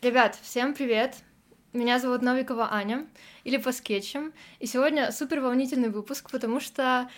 Ребят, всем привет! Меня зовут Новикова Аня, или по скетчам, и сегодня супер волнительный выпуск, потому что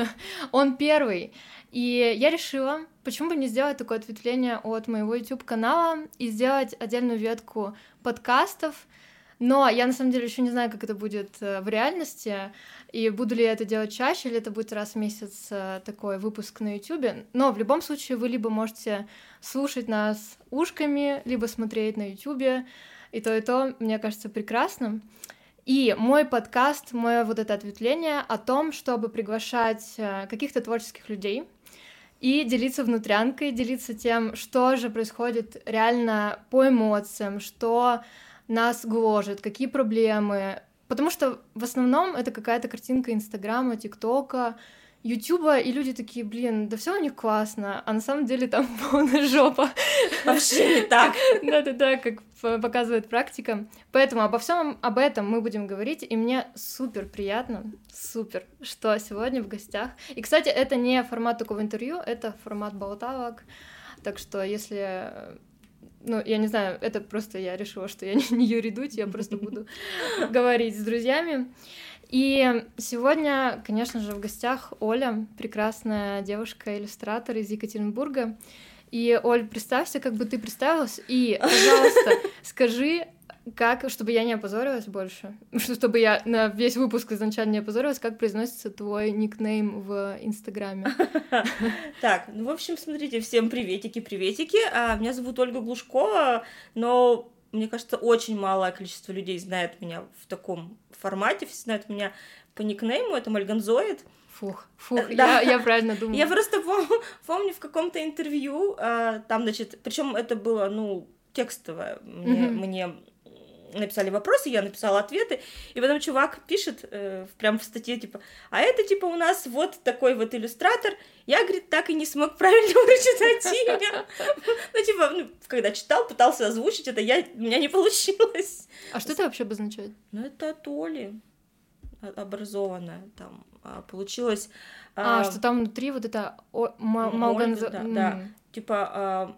он первый, и я решила, почему бы не сделать такое ответвление от моего YouTube-канала и сделать отдельную ветку подкастов, но я на самом деле еще не знаю, как это будет в реальности, и буду ли я это делать чаще, или это будет раз в месяц такой выпуск на YouTube, но в любом случае вы либо можете слушать нас ушками, либо смотреть на YouTube, и то, мне кажется, прекрасно. И мой подкаст, мое вот это ответвление о том, чтобы приглашать каких-то творческих людей и делиться внутрянкой, делиться тем, что же происходит реально по эмоциям, что нас гложет, какие проблемы. Потому что в основном это какая-то картинка Инстаграма, ТикТока, Ютуба, и люди такие, да все у них классно, а на самом деле там полная жопа. Вообще не так. Да-да-да, как показывает практика. Поэтому обо всем об этом мы будем говорить, и мне супер приятно, что сегодня в гостях. И, кстати, это не формат такого интервью, это формат болталок, так что если... я не знаю, это просто я решила, что я не Юрий Дудь, я просто буду говорить с друзьями. И сегодня, конечно же, в гостях Оля, прекрасная девушка-иллюстратор из Екатеринбурга. И, Оль, представься, как бы ты представилась, и, пожалуйста, скажи, чтобы я не опозорилась больше, чтобы я на весь выпуск изначально не опозорилась, как произносится твой никнейм в Инстаграме. Так, в общем, смотрите, всем приветики. Меня зовут Ольга Глушкова, но мне кажется, очень малое количество людей знает меня в таком формате, все знают меня по никнейму, это Мальганзоид. Фух, да. я правильно думаю. Я просто помню в каком-то интервью, там, значит, причем это было, текстовое, мне написали вопросы, я написала ответы, и потом чувак пишет прям в статье, а это, у нас вот такой вот иллюстратор, я, говорит, так и не смог правильно прочитать имя. Когда читал, пытался озвучить это, у меня не получилось. А что это вообще обозначает? Это от Оли, образованная там, получилось... что там внутри вот это Малганзо... Да,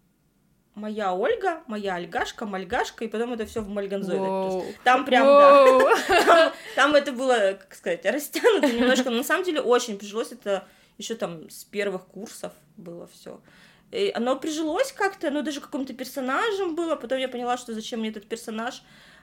моя Ольга, моя Ольгашка, Мальгашка, и потом это все в Мальганзоиде. Там прям, да. Там это было, как сказать, растянуто немножко, но на самом деле очень прижилось, это еще там с первых курсов было все. Оно прижилось как-то, даже каким-то персонажем было, потом я поняла, что зачем мне этот персонаж.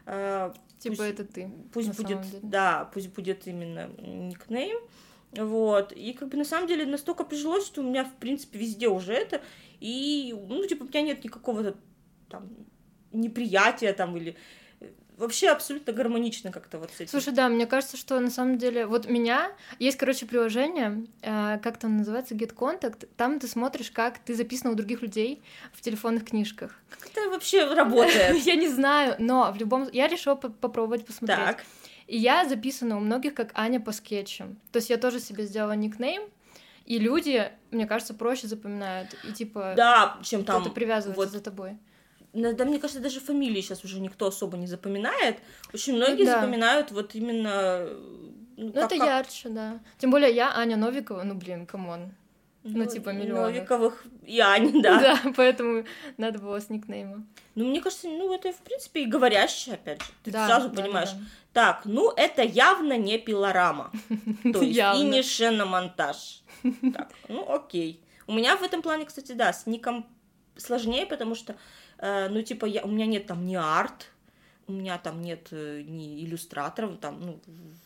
Это ты. Пусть будет именно никнейм. Вот, и на самом деле настолько прижилось, что у меня, в принципе, везде уже это, и, у меня нет никакого там неприятия там или... Вообще абсолютно гармонично как-то вот с этим. Слушай, да, мне кажется, что на самом деле... Вот есть, приложение, как там называется, Get Contact, там ты смотришь, как ты записана у других людей в телефонных книжках. Как это вообще работает? Я не знаю, но я решила попробовать посмотреть. Так. И я записана у многих как Аня по скетчам. То есть я тоже себе сделала никнейм, и люди, мне кажется, проще запоминают. И да, чем там... кто-то привязывается за тобой. Да, мне кажется, даже фамилии сейчас уже никто особо не запоминает. Очень многие запоминают вот именно... это ярче, да. Тем более я Аня Новикова, камон. Миллионы. Новиковых и Ани, да. Да, поэтому надо было с никнейма. Мне кажется, это, в принципе, и говорящее, опять же. Ты сразу понимаешь. Да. Так, это явно не пилорама. То есть и не шиномонтаж. Так, окей. У меня в этом плане, кстати, да, с ником сложнее, потому что, у меня нет там ни арт, у меня там нет ни иллюстраторов, там,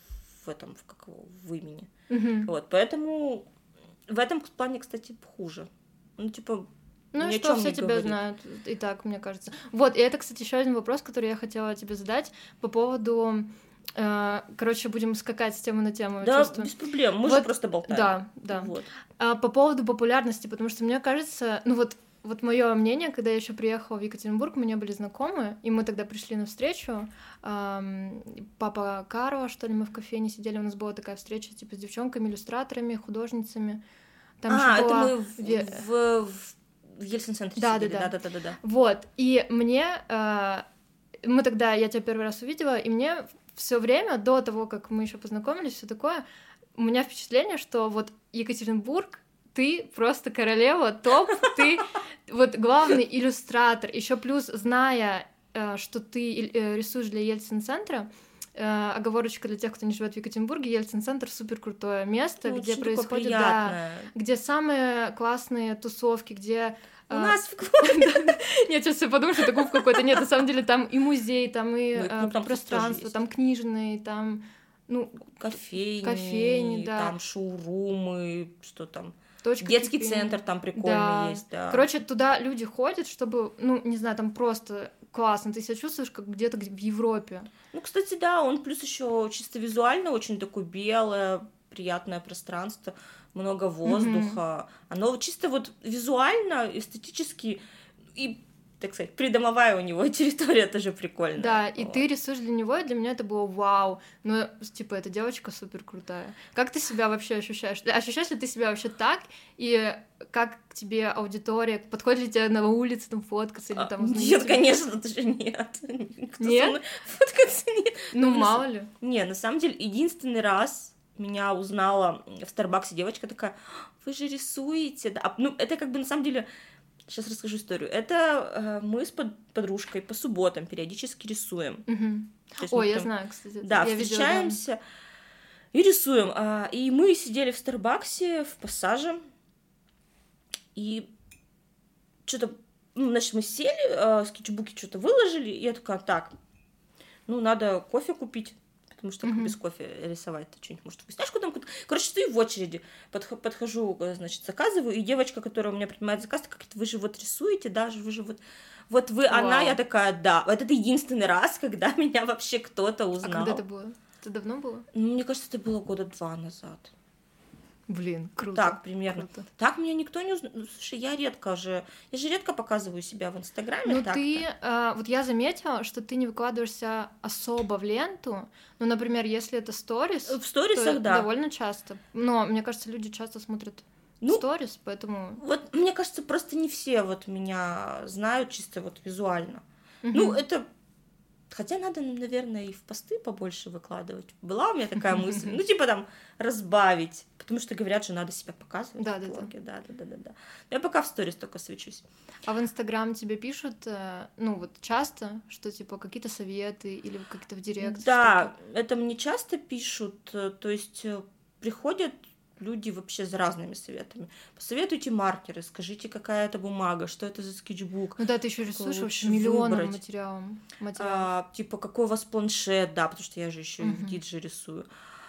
в имени. Вот, поэтому... В этом плане, кстати, хуже. И что, все тебя знают, и так, мне кажется. Вот, и это, кстати, еще один вопрос, который я хотела тебе задать по поводу... будем скакать с темы на тему. Да, без проблем, мы же просто болтаем. Да. Вот. По поводу популярности, потому что мне кажется... Вот мое мнение, когда я еще приехала в Екатеринбург, мы не были знакомы, и мы тогда пришли на встречу, папа Карла, что ли, мы в кафене сидели, у нас была такая встреча, с девчонками, иллюстраторами, художницами. Там это мы в Ельцин-центре сидели, да. Вот, и я тебя первый раз увидела, и мне все время, до того, как мы еще познакомились, все такое, у меня впечатление, что вот Екатеринбург, ты просто королева, топ, ты вот главный иллюстратор, еще плюс зная что ты рисуешь для Ельцин-центра. Оговорочка для тех, кто не живет в Екатеринбурге, Ельцин-центр супер крутое место, где происходит, да, где самые классные тусовки, где у нас в Нет, сейчас я подумала, что это клуб какой-то. Нет, на самом деле там и музей, там и пространство, там книжные, там кофейни, да. Там шоурумы, что там. Точка детский центр там прикольный есть, да. Короче, туда люди ходят, чтобы, не знаю, там просто классно, ты себя чувствуешь как где-то в Европе. Кстати, да, он плюс еще чисто визуально очень такое белое, приятное пространство, много воздуха. Оно чисто вот визуально, эстетически и, так сказать, придомовая у него территория тоже прикольная. Да, и ты рисуешь для него, и для меня это было вау. Ну, типа, эта девочка супер крутая. Как ты себя вообще ощущаешь? Ощущаешь ли ты себя вообще так? И как к тебе аудитория? Подходит ли тебе на улице там фоткаться или там узнают? Нет, конечно, даже нет. Нет? Фоткаться нет. Мало ли. Не, на самом деле, единственный раз меня узнала в Старбаксе девочка такая: вы же рисуете, да? Это как бы на самом деле, сейчас расскажу историю. Это мы с подружкой по субботам периодически рисуем. Ой, я знаю, кстати. Да, встречаемся и рисуем. И мы сидели в Старбаксе в Пассаже, и что-то, значит, мы сели, скетчбуки что-то выложили, и я такая: так, надо кофе купить. Потому что без кофе рисовать-то что-нибудь, может, вкусняшку там какую-то. Короче, стою в очереди, подхожу, значит, заказываю, и девочка, которая у меня принимает заказ, такая: вы же вот рисуете, да, вы же вот вы, она, я такая: да. Вот это единственный раз, когда меня вообще кто-то узнал. А когда это было? Это давно было? Мне кажется, это было 2 года назад. Блин, круто. Так, примерно. Круто. Так меня никто не узнал. Слушай, я же редко показываю себя в Инстаграме. Вот я заметила, что ты не выкладываешься особо в ленту. Например, если это сторис. В сторисах, то да. Довольно часто. Но мне кажется, люди часто смотрят сторис, поэтому. Вот мне кажется, просто не все вот меня знают чисто вот визуально. Это. Хотя надо, наверное, и в посты побольше выкладывать. Была у меня такая мысль. Типа там разбавить. Потому что говорят, что надо себя показывать. Да. Я пока в сторис только свечусь. А в Инстаграм тебе пишут, часто, что типа какие-то советы или как-то в директ? Да, это мне часто пишут. То есть приходят люди вообще с разными советами. Посоветуйте маркеры, скажите, какая это бумага, что это за скетчбук. Ты еще рисуешь вообще миллионом материалов. Типа, какой у вас планшет, да, потому что я же еще и в Дидже рисую.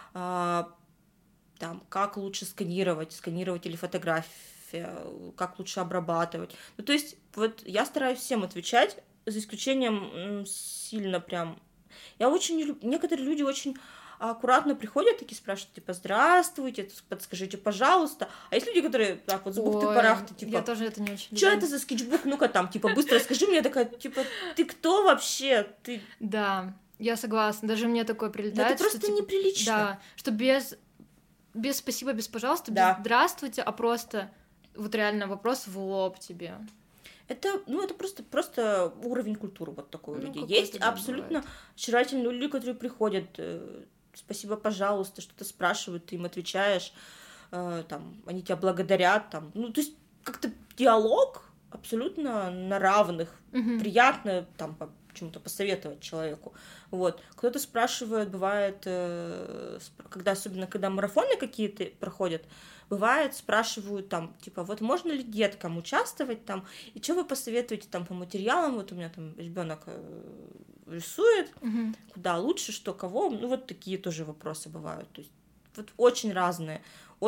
Там, как лучше сканировать или фотография, как лучше обрабатывать. То есть, вот я стараюсь всем отвечать, за исключением сильно прям... Некоторые люди очень аккуратно приходят, такие спрашивают, типа: здравствуйте, подскажите, пожалуйста. А есть люди, которые так вот с бухты-барахты, типа: я тоже это не очень люблю. Что это за скетчбук? Ну-ка там, типа, быстро скажи мне. Такая, типа: ты кто вообще? Ты... Да, я согласна. Даже мне такое прилетает. Это просто неприлично. Да, что без спасибо, без пожалуйста, без здравствуйте, а просто вот реально вопрос в лоб тебе. Это просто уровень культуры вот такой у людей. Есть абсолютно очаровательные люди, которые приходят: спасибо, пожалуйста, что-то спрашивают, ты им отвечаешь, там, они тебя благодарят, там, то есть как-то диалог абсолютно на равных, приятно там почему-то посоветовать человеку. Вот. Кто-то спрашивает, бывает, особенно когда марафоны какие-то проходят, бывает, спрашивают там, типа: вот можно ли деткам участвовать там, и что вы посоветуете там по материалам, вот у меня там ребенок рисует, куда лучше, что, кого, вот такие тоже вопросы бывают, то есть вот очень разные,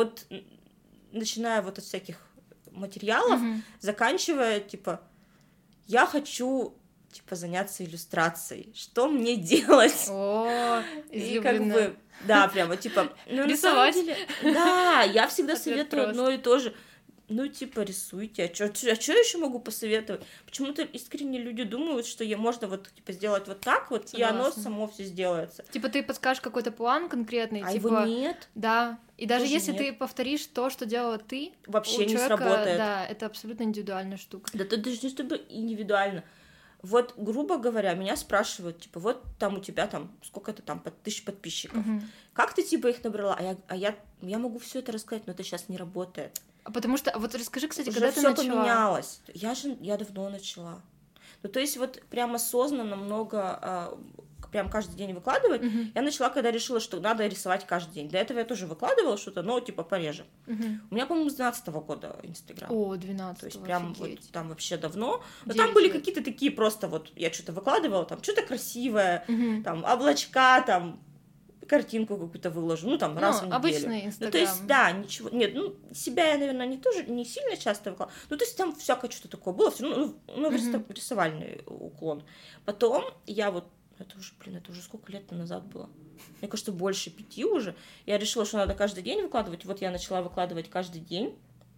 начиная вот от всяких материалов, заканчивая, типа: я хочу, типа, заняться иллюстрацией, что мне делать? И как бы, да, прямо, типа, рисовать. Да, я всегда советую одно и то же. Типа, рисуйте, а что еще могу посоветовать? Почему-то искренне люди думают, что можно вот, типа, сделать вот так вот, и оно само все сделается. Типа, ты подскажешь какой-то план конкретный, а типа... его нет. Да, и даже если ты повторишь то, что делала ты, вообще не сработает. Да, это абсолютно индивидуальная штука. Да, это даже не чтобы индивидуально. Вот, грубо говоря, меня спрашивают, типа: вот там у тебя там сколько-то там 1000 подписчиков. Как ты, типа, их набрала? Я могу все это рассказать, но это сейчас не работает. Потому что, вот расскажи, кстати, уже когда ты начала? Уже всё поменялось. Я давно начала. Ну, то есть вот прям осознанно много... прям каждый день выкладывать, я начала, когда решила, что надо рисовать каждый день. До этого я тоже выкладывала что-то, но типа пореже. У меня, по-моему, с 12-го года Инстаграм. О, 12-го, то есть прям офигеть. Вот там вообще давно. Но там были какие-то такие просто вот, я что-то выкладывала, там что-то красивое, там облачка, там картинку какую-то выложу, ну там раз в неделю. Обычный Инстаграм. Ну то есть, да, ничего, нет, ну себя я, наверное, не сильно часто выкладывала, ну то есть там всякое что-то такое было, все равно, рисовальный уклон. Потом я вот это уже сколько лет назад было? Мне кажется, больше 5 уже. Я решила, что надо каждый день выкладывать. Вот я начала выкладывать каждый день.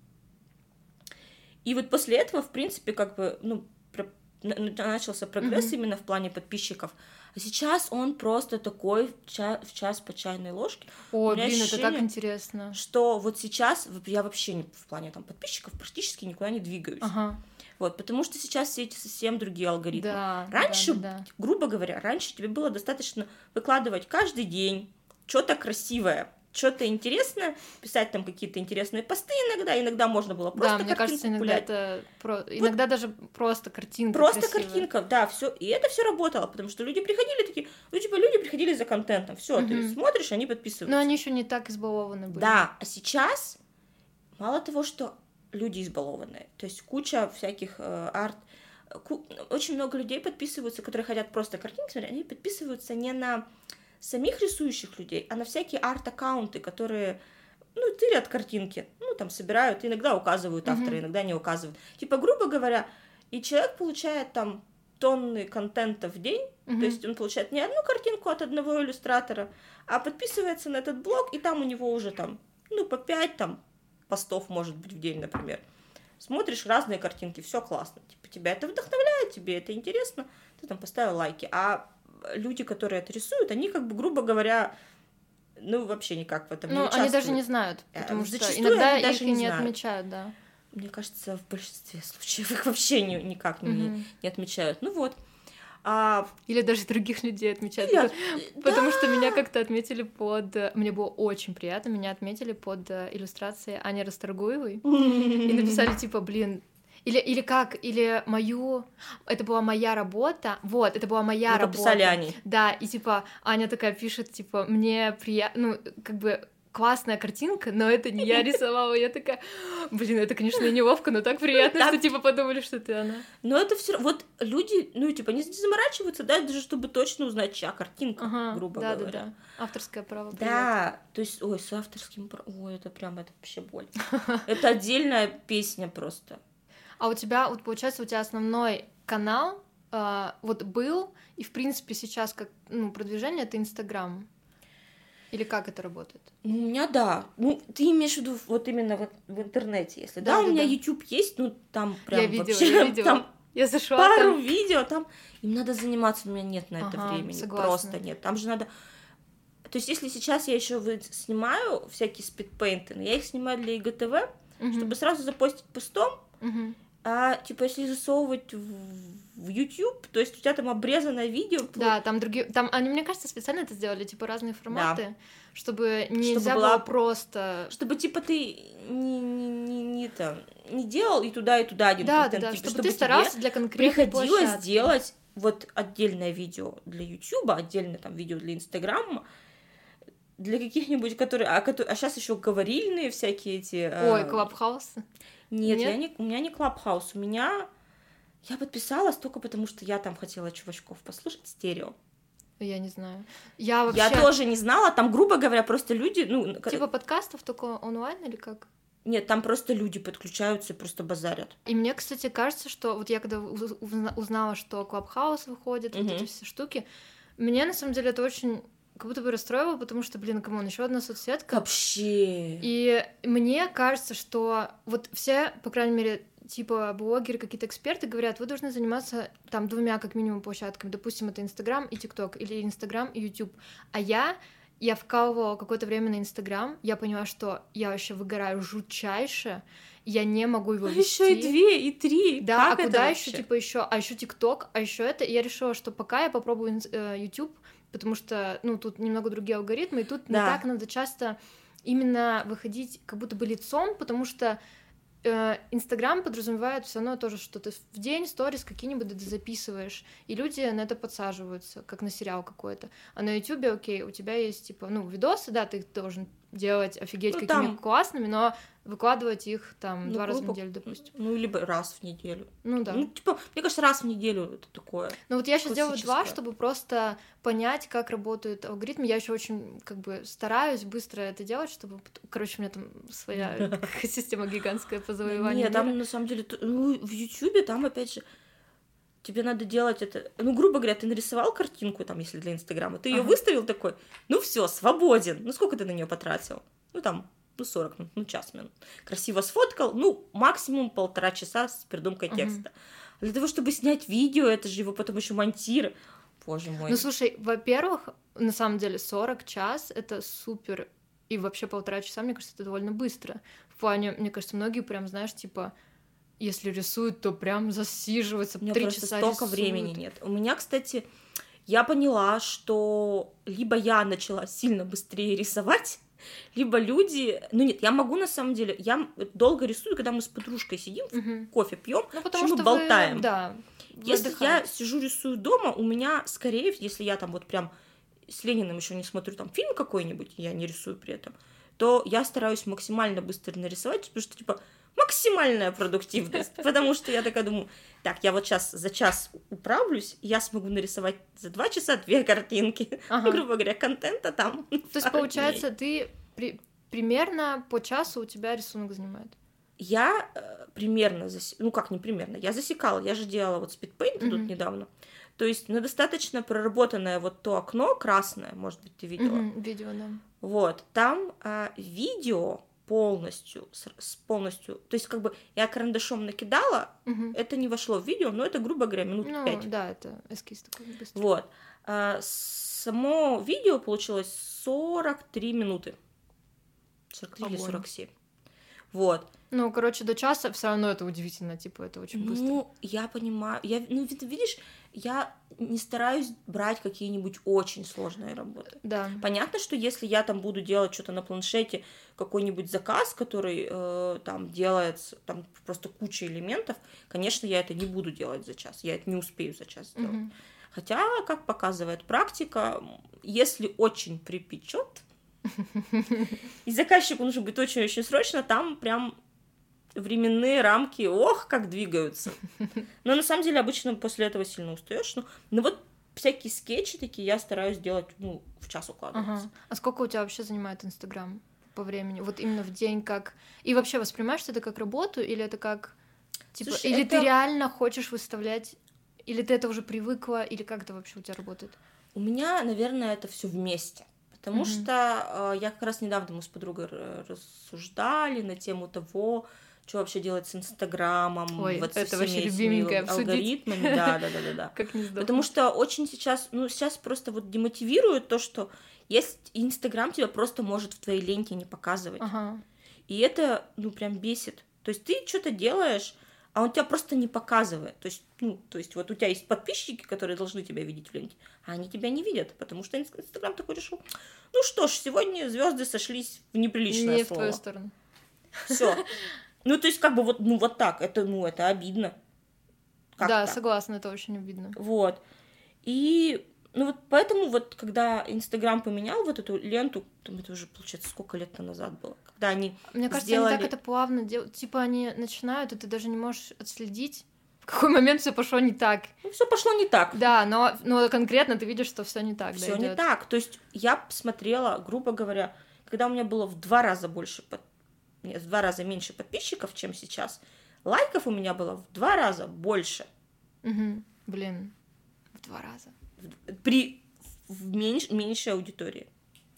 И вот после этого, в принципе, как бы, начался прогресс именно в плане подписчиков. А сейчас он просто такой в час по чайной ложке. Ой, блин, это так интересно. Что вот сейчас я вообще в плане там подписчиков практически никуда не двигаюсь. Вот, потому что сейчас все эти совсем другие алгоритмы. Да, раньше, грубо говоря, тебе было достаточно выкладывать каждый день что-то красивое, что-то интересное, писать там какие-то интересные посты иногда можно было просто мне кажется, иногда даже просто картинка Просто красивая. Картинка, да, все, и это все работало, потому что люди приходили такие, люди приходили за контентом, все, ты смотришь, они подписываются. Но они еще не так избалованы были. Да, а сейчас мало того, что люди избалованные, то есть куча всяких очень много людей подписываются, которые хотят просто картинки смотреть, они подписываются не на самих рисующих людей, а на всякие арт-аккаунты, которые, тырят картинки, там собирают, иногда указывают автора, иногда не указывают. Типа, грубо говоря, и человек получает там тонны контента в день, то есть он получает не одну картинку от одного иллюстратора, а подписывается на этот блог, и там у него уже там, по 5 там постов, может быть, в день, например. Смотришь разные картинки, все классно. Типа, тебя это вдохновляет, тебе это интересно, ты там поставил лайки. А люди, которые это рисуют, они, как бы, грубо говоря, вообще никак в этом не участвуют. Они даже не знают, потому что зачастую иногда их не отмечают, да. Мне кажется, в большинстве случаев их вообще никак не отмечают. Или даже других людей отмечают. Потому что меня как-то отметили мне было очень приятно, меня отметили под иллюстрацией Ани Расторгуевой и написали, типа, блин, или мою... Это была моя работа. Вот, это была моя работа. Подписали Ани. Да, и, типа, Аня такая пишет, типа, мне приятно... как бы классная картинка, но это не я рисовала. Я такая, блин, это, конечно, неловко, но так приятно, что, типа, подумали, что ты она. Но это все вот люди, не заморачиваются, да, даже чтобы точно узнать, чья картинка, грубо говоря. Да. Авторское право. Да, то есть, с авторским правом, это вообще боль. Это отдельная песня просто. А у тебя, вот получается, у тебя основной канал вот был, и, в принципе, сейчас как, продвижение — это Инстаграм. Или как это работает? У меня, да. Ты имеешь в виду вот именно в интернете, если да? У меня YouTube есть, там прям я видела. Там я зашла, пару видео, там им надо заниматься, у меня нет на это времени. Согласна. Просто нет. Там же надо... То есть, если сейчас я еще снимаю всякие спидпейнты, я их снимаю для ИГТВ, чтобы сразу запостить постом, а, типа, если засовывать в YouTube, то есть у тебя там обрезанное видео. Да, там они, мне кажется, специально это сделали, типа, разные форматы, чтобы нельзя было просто... Чтобы, типа, ты не делал и туда один контент. Да, типа, чтобы ты старался для конкретной площадки. Приходилось делать вот отдельное видео для YouTube, отдельное там видео для Инстаграма, для каких-нибудь, которые... А сейчас еще говорильные всякие эти... Ой, клабхаусы. Нет? У меня не клабхаус, я подписалась только потому, что я там хотела чувачков послушать стерео. Я не знаю. Я тоже не знала, там, грубо говоря, просто люди... Типа подкастов, только онлайн или как? Нет, там просто люди подключаются и просто базарят. И мне, кстати, кажется, что вот я когда узнала, что клабхаус выходит, вот эти все штуки, мне, на самом деле, это очень... как будто бы расстроило, потому что, блин, камон, еще одна соцсетка. Вообще. И мне кажется, что вот все, по крайней мере, типа блогеры, какие-то эксперты говорят, вы должны заниматься там 2 как минимум площадками. Допустим, это Инстаграм и ТикТок, или Инстаграм и Ютуб. А я вкалывала какое-то время на Инстаграм, я поняла, что я вообще выгораю жутчайше, я не могу его вести. Еще и 2, и 3. Да, как куда еще, типа, еще, а еще ТикТок, а еще это. И я решила, что пока я попробую Ютуб, потому что, тут немного другие алгоритмы, и тут не так надо часто именно выходить как будто бы лицом, потому что Инстаграм подразумевает все равно тоже, что ты в день сторис какие-нибудь ты записываешь, и люди на это подсаживаются, как на сериал какой-то. А на Ютубе, окей, у тебя есть, типа, видосы, да, ты их должен делать, офигеть, какими там... классными, но выкладывать их там 2 раза в неделю, допустим. Либо раз в неделю. Да. Типа, мне кажется, раз в неделю это такое. Вот я сейчас делаю 2, чтобы просто понять, как работают алгоритмы. Я еще очень, стараюсь быстро это делать, чтобы... Короче, у меня там своя система гигантская по завоеванию. Нет, там, на самом деле, в Ютубе там, опять же, тебе надо делать это... грубо говоря, ты нарисовал картинку, там, если для Инстаграма, ты ее выставил такой, все, свободен. Сколько ты на нее потратил? 40 минут, час минут. Красиво сфоткал, максимум 1,5 часа с придумкой текста. Для того, чтобы снять видео, это же его потом еще монтировать. Боже мой. Слушай, во-первых, на самом деле 40 час — это супер. И вообще 1,5 часа, мне кажется, это довольно быстро. В плане, мне кажется, многие прям, знаешь, типа... Если рисуют, то прям засиживаются, 3 часа рисуют. У меня просто столько времени нет. У меня, кстати, я поняла, что либо я начала сильно быстрее рисовать, либо люди... нет, я могу, на самом деле... Я долго рисую, когда мы с подружкой сидим, кофе пьем, потому что мы болтаем. Если я сижу, рисую дома, у меня, скорее, если я там прям с Лениным еще не смотрю там фильм какой-нибудь, я не рисую при этом, то я стараюсь максимально быстро нарисовать, потому что, типа, максимальная продуктивность, потому что я такая думаю, так, я сейчас за час управлюсь, я смогу нарисовать за 2 часа 2 картинки, грубо говоря, контента там. То есть, получается, ты примерно по часу у тебя рисунок занимает? Я примерно, я засекала, я же делала спидпейнт тут недавно, то есть на достаточно проработанное то окно красное, может быть, ты видела? Видео, да. Там видео полностью, то есть я карандашом накидала, это не вошло в видео, но это, грубо говоря, минут 5. Да, это эскиз такой быстрый. Само видео получилось 43 минуты. 43 или 47. До часа все равно это удивительно, типа, это очень быстро. Я понимаю, видишь, я не стараюсь брать какие-нибудь очень сложные работы. Да. Понятно, что если я там буду делать что-то на планшете, какой-нибудь заказ, который там делается, там просто куча элементов, конечно, я это не буду делать за час, я это не успею за час сделать. Хотя, как показывает практика, если очень припечет, и заказчику нужно быть очень-очень срочно, там прям временные рамки, как двигаются. Но на самом деле обычно после этого сильно устаешь. Всякие скетчи такие я стараюсь делать, в час укладываться. А сколько у тебя вообще занимает Инстаграм по времени? Именно в день как... И вообще воспринимаешь ты это как работу, или это как... Типа, слушай, или ты реально хочешь выставлять, или ты это уже привыкла, или как это вообще у тебя работает? У меня, наверное, это все вместе. Потому что я как раз недавно мы с подругой рассуждали на тему того, что вообще делать с Инстаграмом, это вообще любименькое алгоритмами, да. Как не сдохнуть. Потому что очень сейчас просто демотивирует то, что есть Инстаграм тебя просто может в твоей ленте не показывать. И это, прям бесит. То есть ты что-то делаешь, а он тебя просто не показывает. То есть у тебя есть подписчики, которые должны тебя видеть в ленте, а они тебя не видят, потому что Инстаграм такой решил, что ж, сегодня звезды сошлись в неприличное не слово. Не в твою сторону. Все. То есть вот так, это обидно. Как да, так? Согласна, это очень обидно. И поэтому когда Инстаграм поменял эту ленту, это уже, получается, сколько лет назад было, когда они Мне кажется, они так это плавно делают, типа они начинают, и ты даже не можешь отследить, в какой момент все пошло не так. Все пошло не так. Да, но конкретно ты видишь, что все не так. Все не так. То есть я смотрела, грубо говоря, когда у меня было в 2 раза меньше подписчиков, чем сейчас, лайков у меня было в 2 раза больше. Блин, в 2 раза. При меньшей аудитории.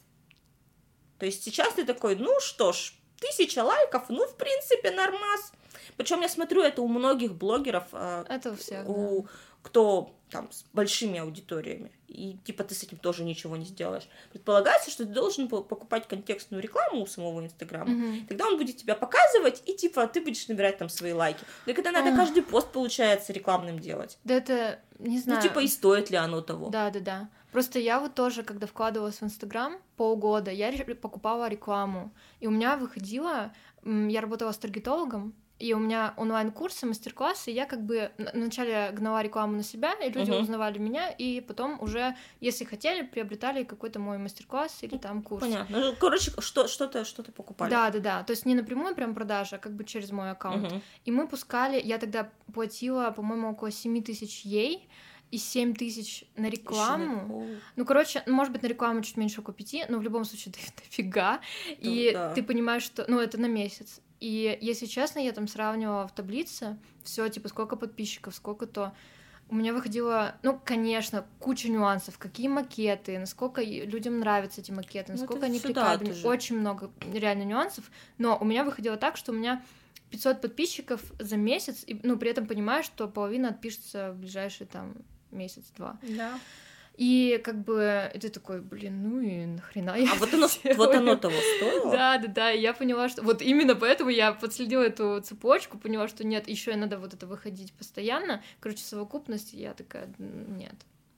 То есть сейчас ты такой, что ж, 1000 лайков, в принципе, нормас. Причем я смотрю, это у многих блогеров, это у всех, кто там с большими аудиториями. И типа ты с этим тоже ничего не сделаешь. Предполагается, что ты должен покупать контекстную рекламу у самого Инстаграма. Тогда он будет тебя показывать, и типа ты будешь набирать там свои лайки. Да когда надо каждый пост, получается, рекламным делать. Да это, не знаю. И стоит ли оно того. Да. Просто я тоже, когда вкладывалась в Инстаграм полгода, я покупала рекламу. И у меня выходило, я работала с таргетологом, и у меня онлайн-курсы, мастер-классы, и я как бы вначале гнала рекламу на себя, и люди узнавали меня, и потом уже, если хотели, приобретали какой-то мой мастер-класс или там курс. Понятно. Ну, короче, что-то покупали. Да. То есть не напрямую прям продажа, а как бы через мой аккаунт. И мы пускали, я тогда платила, по-моему, около 7 тысяч ей, и 7 тысяч на рекламу. Ну, короче, может быть, на рекламу чуть меньше, около 5, но в любом случае дофига. И ты понимаешь, что... Ну, это на месяц. И, если честно, я там сравнивала в таблице все, типа, сколько подписчиков, сколько то... У меня выходило, ну, конечно, куча нюансов, какие макеты, насколько людям нравятся эти макеты, насколько они кликабельны, очень много реально нюансов, но у меня выходило так, что у меня 500 подписчиков за месяц, и, ну, при этом понимаю, что половина отпишется в ближайшие, там, месяц-два. Да. И как бы это такой, блин, ну и нахрена я вот оно того стоило? Да, и я поняла, что вот именно поэтому я подследила эту цепочку, поняла, что нет, еще и надо вот это выходить постоянно. Короче, совокупность, я такая, нет.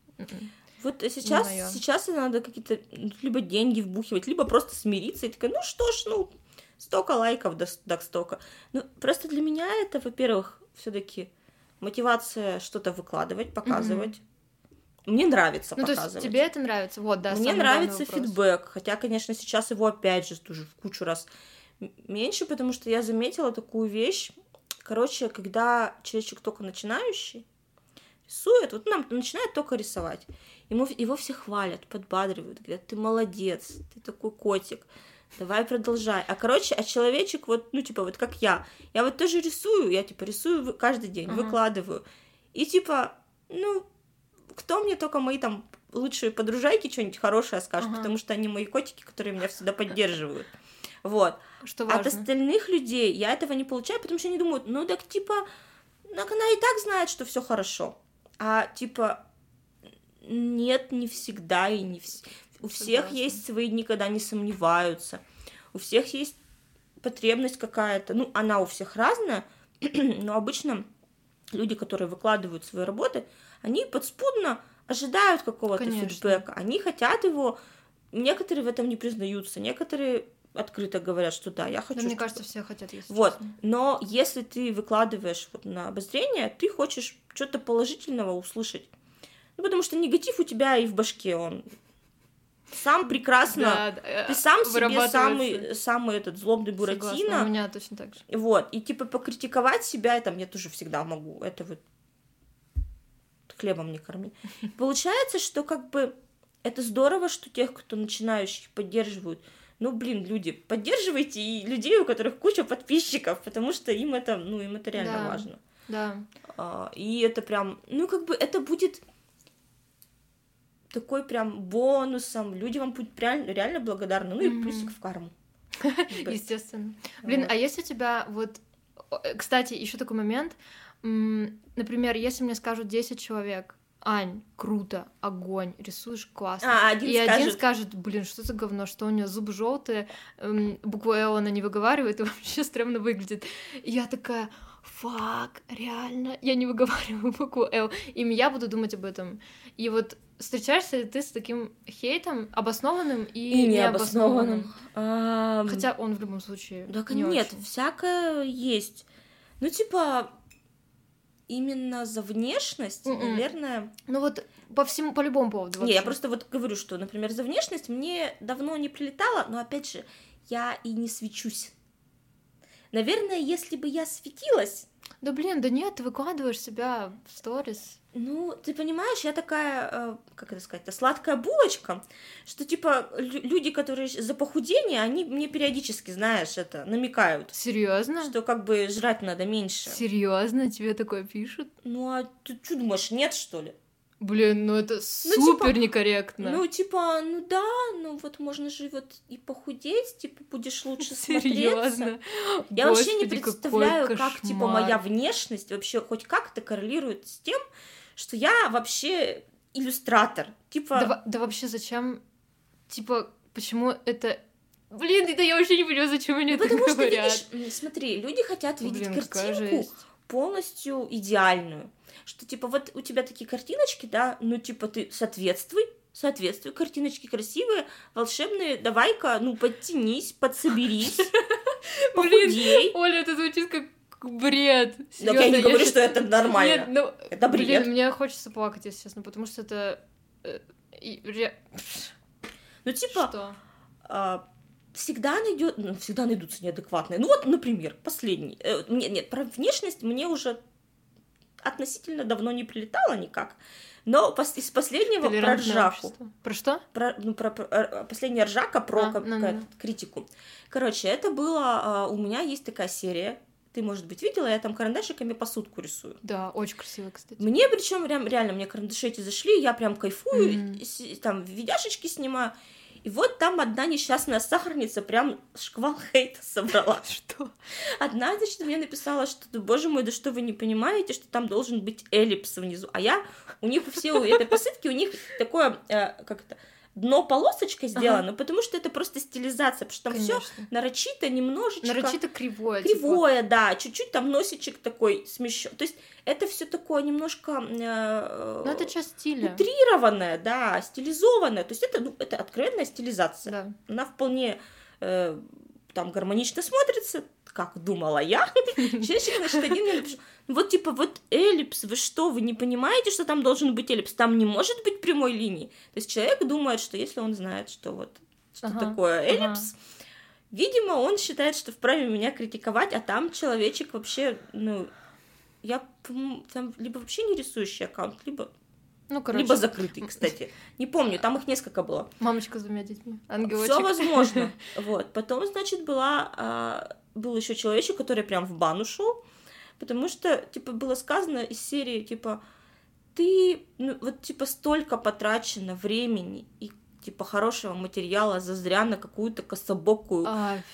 Вот сейчас надо какие-то либо деньги вбухивать, либо просто смириться и такая, ну что ж, ну, столько лайков, так столько. Ну, просто для меня это, во-первых, все-таки мотивация что-то выкладывать, показывать. Мне нравится показывать. То есть тебе это нравится? Вот, да. Мне нравится фидбэк, хотя, конечно, сейчас его опять же тоже в кучу раз меньше, потому что я заметила такую вещь. Короче, когда человечек только начинающий рисует, вот нам начинает только рисовать, его все хвалят, подбадривают, говорят, ты молодец, ты такой котик, давай продолжай. А человечек вот, ну, типа, вот как я вот тоже рисую, я, типа, рисую каждый день, выкладываю, и, типа, ну, кто мне только мои там лучшие подружайки что-нибудь хорошее скажут, потому что они мои котики, которые меня всегда поддерживают. Вот. Что важно. От остальных людей я этого не получаю, потому что они думают, ну так типа, она и так знает, что все хорошо. А типа, нет, не всегда и не у всех есть свои, никогда не сомневаются. У всех есть потребность какая-то. Ну, она у всех разная, но обычно люди, которые выкладывают свои работы, они подспудно ожидают какого-то фидбэка, они хотят его, некоторые в этом не признаются, некоторые открыто говорят, что да, я хочу. Да, мне кажется, все хотят, если вот. честно. Но если ты выкладываешь вот на обозрение, ты хочешь что-то положительного услышать. Ну, потому что негатив у тебя и в башке, он сам прекрасно, ты сам себе самый этот злобный Буратино. Согласна, у меня точно так же. Вот, и типа покритиковать себя, это я тоже всегда могу, это вот хлебом не корми. Получается, что как бы это здорово, что тех, кто начинающих, поддерживают. Ну, блин, люди, поддерживайте и людей, у которых куча подписчиков, потому что им это реально важно. Да. И это прям, ну, как бы это будет такой прям бонусом, люди вам будут реально благодарны, ну, и плюсик в карму. Естественно. Блин, а если у тебя вот... Кстати, еще такой момент. Например, если мне скажут 10 человек, Ань, круто, огонь, рисуешь классно. Один скажет, блин, что за говно, что у нее зубы желтые, букву Л она не выговаривает и вообще стрёмно выглядит. И я такая, фак, реально, я не выговариваю букву Л. И я буду думать об этом. И вот встречаешься ли ты с таким хейтом, обоснованным и необоснованным? Хотя он в любом случае не нет, очень. Всякое есть. Ну, типа... Именно за внешность, наверное... Ну вот по любому поводу вообще. Не, я просто вот говорю, что, например, за внешность мне давно не прилетало, но, опять же, я и не свечусь. Наверное, если бы я светилась... Да блин, да нет, ты выкладываешь себя в сторис. Ну, ты понимаешь, я такая, как это сказать, сладкая булочка, что, типа, люди, которые за похудение, они мне периодически, знаешь, это намекают. Серьезно? Что, как бы, жрать надо меньше. Серьезно? Тебе такое пишут? Ну, а ты что думаешь, нет, что ли? Блин, ну это супер некорректно. Ну, типа, ну да, ну вот можно же вот и похудеть, типа, будешь лучше Серьезно? смотреться. Я вообще не представляю, как, типа, моя внешность вообще хоть как-то коррелирует с тем, что я вообще иллюстратор. Типа... Да вообще зачем? Типа, почему это... Блин, да я вообще не понимаю, зачем они это говорят. Потому что, видишь, смотри, люди хотят видеть картинку полностью идеальную. Что, типа, вот у тебя такие картиночки, да, ну, типа, ты соответствуй, картиночки красивые, волшебные, давай-ка, ну, подтянись, подсоберись, похудей. Оля, это звучит как Бред. Так я не говорю, что это нормально. Нет, это бред. Блин, мне хочется плакать, если честно, потому что это... Ну, типа... Что? Всегда найдутся неадекватные. Ну, вот, например, последний. Нет, про внешность мне уже относительно давно не прилетало никак. Но из последнего про ржаку. Общество. Про что? Про последняя ржака, про критику. Короче, это было... У меня есть такая серия. Ты, может быть, видела, я там карандашиками посудку рисую. Да, очень красиво, кстати. Мне, причем реально, мне карандаши эти зашли, я прям кайфую, там видяшечки снимаю. И вот там одна несчастная сахарница прям шквал хейта собрала. Что? Одна, значит, мне написала, что, боже мой, да что вы не понимаете, что там должен быть эллипс внизу. А у них все у этой посыпки, у них такое, дно полосочкой сделано, потому что это просто стилизация, потому что там все нарочито, немножечко... Нарочито кривое. Кривое, да, чуть-чуть там носичек такой смещен. То есть это все такое немножко... Ну, это часть стиля. Утрированное, да, стилизованное. То есть это откровенная стилизация. Да. Она вполне там гармонично смотрится, как думала я. Человечек, значит, один мне написал, вот типа, вот эллипс, вы что, вы не понимаете, что там должен быть эллипс? Там не может быть прямой линии. То есть человек думает, что если он знает, что вот что такое эллипс, видимо, он считает, что вправе меня критиковать, а там человечек вообще, я там либо вообще не рисующий аккаунт, либо закрытый, кстати. Не помню, там их несколько было. Мамочка с 2 детьми, ангелочек. Все возможно. Вот. Потом, значит, был еще человечек, который прям в бан ушел, потому что, типа, было сказано из серии, типа, ты, вот, типа, столько потрачено времени и, типа, хорошего материала зазря на какую-то кособокую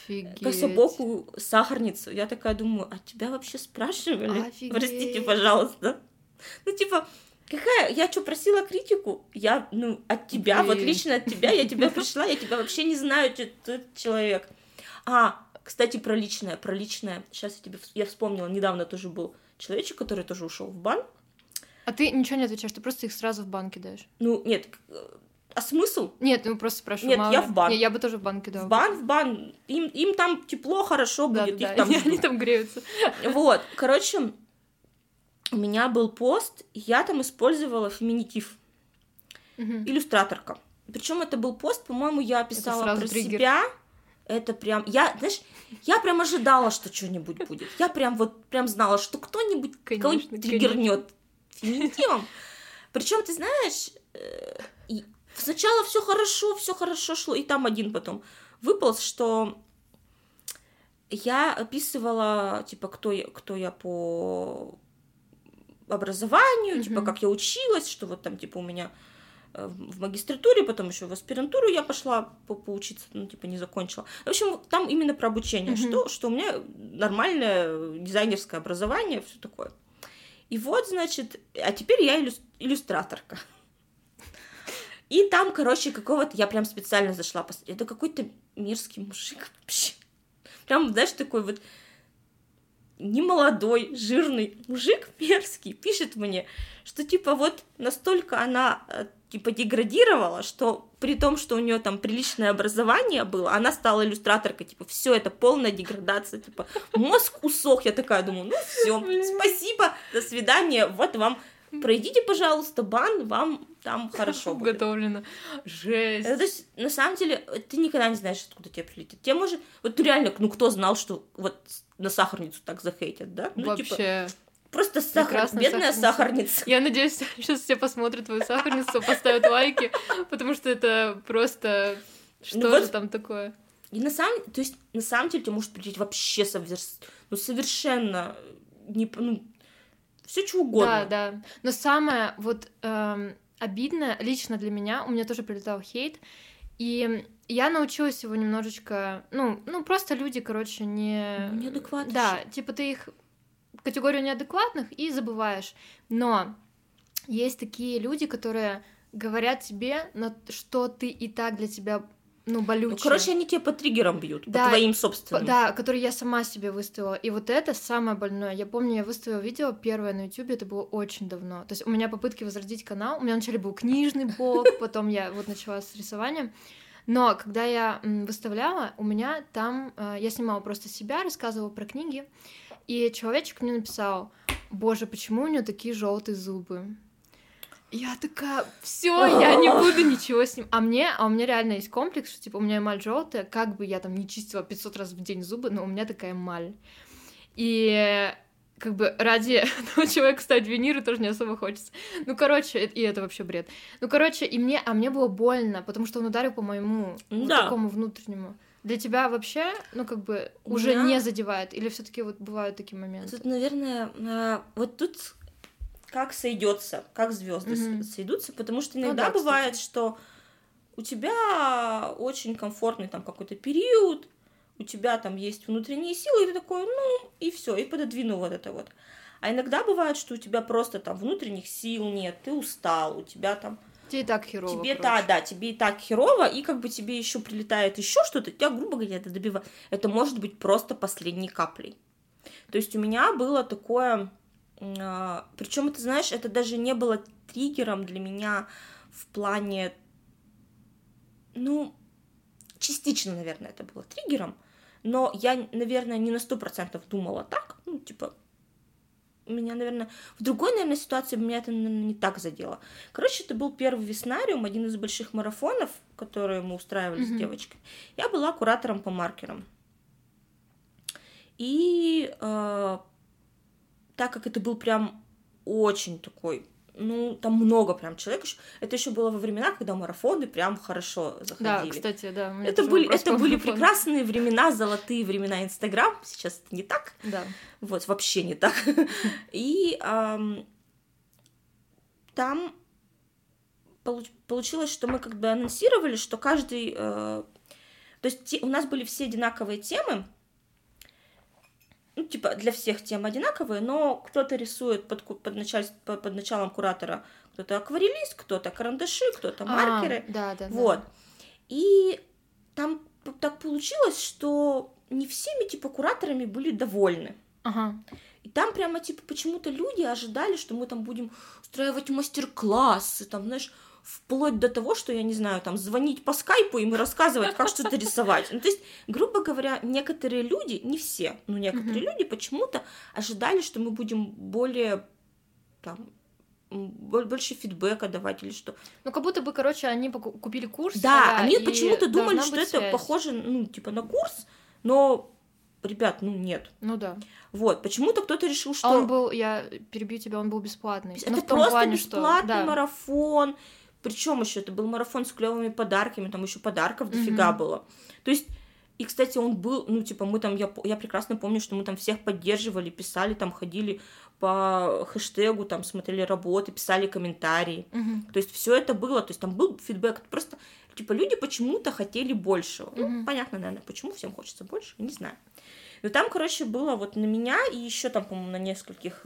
сахарницу. Я такая думаю, а тебя вообще спрашивали? Офигеть. Простите, пожалуйста. Типа, я что, просила критику? Я, от тебя, вот лично от тебя, я тебя пришла, я тебя вообще не знаю, что ты человек. Кстати, про личное. Сейчас я вспомнила, недавно тоже был человечек, который тоже ушел в бан. А ты ничего не отвечаешь, ты просто их сразу в бан кидаешь? Нет, а смысл? Нет, просто спрашиваю. Нет, я в бан. Я бы тоже в бан кидала. В бан. Им там тепло, хорошо будет. Да, они там греются. Вот, короче, у меня был пост, и я там использовала феминитив. Иллюстраторка. Причем это был пост, по-моему, я писала про себя. Это прям... Я прям ожидала, что что-нибудь будет. Я прям знала, что кто-нибудь кого-нибудь триггернет феминитивом. Причем, ты знаешь, сначала все хорошо шло, и там один потом выполз, что я описывала, типа, кто я по образованию, типа, как я училась, что вот там, типа, у меня в магистратуре, потом еще в аспирантуру я пошла поучиться, не закончила. В общем, там именно про обучение, что у меня нормальное дизайнерское образование, все такое. И вот, значит, а теперь я иллюстраторка. И там, короче, я прям специально зашла посмотреть. Это какой-то мерзкий мужик вообще. Прям, знаешь, такой вот немолодой, жирный мужик мерзкий пишет мне, что, типа, вот настолько она, типа, деградировала, что при том, что у нее там приличное образование было, она стала иллюстраторкой, типа, все это полная деградация, типа, мозг усох. Я такая думаю, все, спасибо, до свидания, вот вам, пройдите, пожалуйста, бан, вам там хорошо будет. Уготовлено. Жесть. То есть, на самом деле, ты никогда не знаешь, откуда тебе прилетит. Тебе может... Вот реально, кто знал, что вот на сахарницу так захейтят, да? Вообще... Типа, просто бедная сахарница. Я надеюсь, сейчас все посмотрят твою сахарницу, поставят лайки, потому что это просто... Что же там такое? И на самом деле тебе может прилететь вообще совершенно... все что угодно. Да. Но самое вот обидное лично для меня, у меня тоже прилетал хейт, и я научилась его немножечко, просто люди, короче, неадекватные. Да, типа ты их в категорию неадекватных и забываешь. Но есть такие люди, которые говорят тебе, что ты и так для тебя болючая. Короче, они тебя по триггерам бьют, по твоим собственным. Да, которые я сама себе выставила. И вот это самое больное. Я помню, я выставила видео первое на YouTube, это было очень давно. То есть у меня попытки возродить канал, у меня вначале был книжный блог, потом я вот начала с рисованием. Но когда я выставляла, у меня там... Я снимала просто себя, рассказывала про книги, И человечек мне написал: боже, почему у нее такие желтые зубы? Я такая: все, я не буду ничего с ним. А у меня реально есть комплекс, что типа у меня эмаль желтая, как бы я там не чистила 500 раз в день зубы, но у меня такая эмаль. И как бы ради этого человека ставить виниры тоже не особо хочется. Ну, короче, и это вообще бред. Ну, короче, мне было больно, потому что он ударил по моему вот такому внутреннему. Для тебя вообще, ну, как бы, уже не задевает? Или все таки вот бывают такие моменты? Тут, наверное, вот тут как сойдется, как звезды сойдутся, потому что иногда бывает, что у тебя очень комфортный там какой-то период, у тебя там есть внутренние силы, и ты такой, ну, и все, и пододвинул вот это вот. А иногда бывает, что у тебя просто там внутренних сил нет, ты устал, у тебя там... Тебе и так херово. Тебе и так херово, и как бы тебе еще прилетает еще что-то, тебя, грубо говоря, это добивает. Это может быть просто последней каплей. То есть у меня было такое... Причем, ты знаешь, это даже не было триггером для меня в плане... Ну, частично, наверное, это было триггером, но я, наверное, не на 100% думала так. Ну, типа, меня, наверное... В другой, наверное, ситуации меня это, наверное, не так задело. Короче, это был первый веснариум, один из больших марафонов, которые мы устраивали с девочкой. Я была куратором по маркерам. И... так как это был прям очень такой, ну, там много прям человек. Это еще было во времена, когда марафоны прям хорошо заходили. Да, кстати, да. Это были прекрасные времена, золотые времена Инстаграм. Сейчас это не так. Да. Вот, вообще не так. И там получилось, что мы как бы анонсировали, что каждый... то есть у нас были все одинаковые темы, ну, типа, для всех темы одинаковые, но кто-то рисует под началом куратора, кто-то акварелист, кто-то карандаши, кто-то маркеры. Да. Вот. И там так получилось, что не всеми, типа, кураторами были довольны. Ага. И там прямо, типа, почему-то люди ожидали, что мы там будем устраивать мастер-классы, там, знаешь, вплоть до того, что, я не знаю, там, звонить по скайпу им и рассказывать, как что-то рисовать. Ну, то есть, грубо говоря, некоторые люди, не все, но некоторые люди почему-то ожидали, что мы будем более, там, больше фидбэка давать или что. Ну, как будто бы, короче, они купили курс. Да, они почему-то думали, что это похоже, ну, типа, на курс, но... Ребят, ну нет. Ну да. Вот, почему-то кто-то решил, что... Он был, я перебью тебя, он был бесплатный. Это просто бесплатный марафон. Причем еще это был марафон с клевыми подарками, там еще подарков дофига было. То есть, и, кстати, он был, ну, типа, мы там, я прекрасно помню, что мы там всех поддерживали, писали, там, ходили по хэштегу, там, смотрели работы, писали комментарии. То есть, все это было, то есть, там был фидбэк, просто, типа, люди почему-то хотели большего. Ну, понятно, наверное, почему всем хочется больше, не знаю. Но там, короче, было вот на меня и еще там, по-моему, на нескольких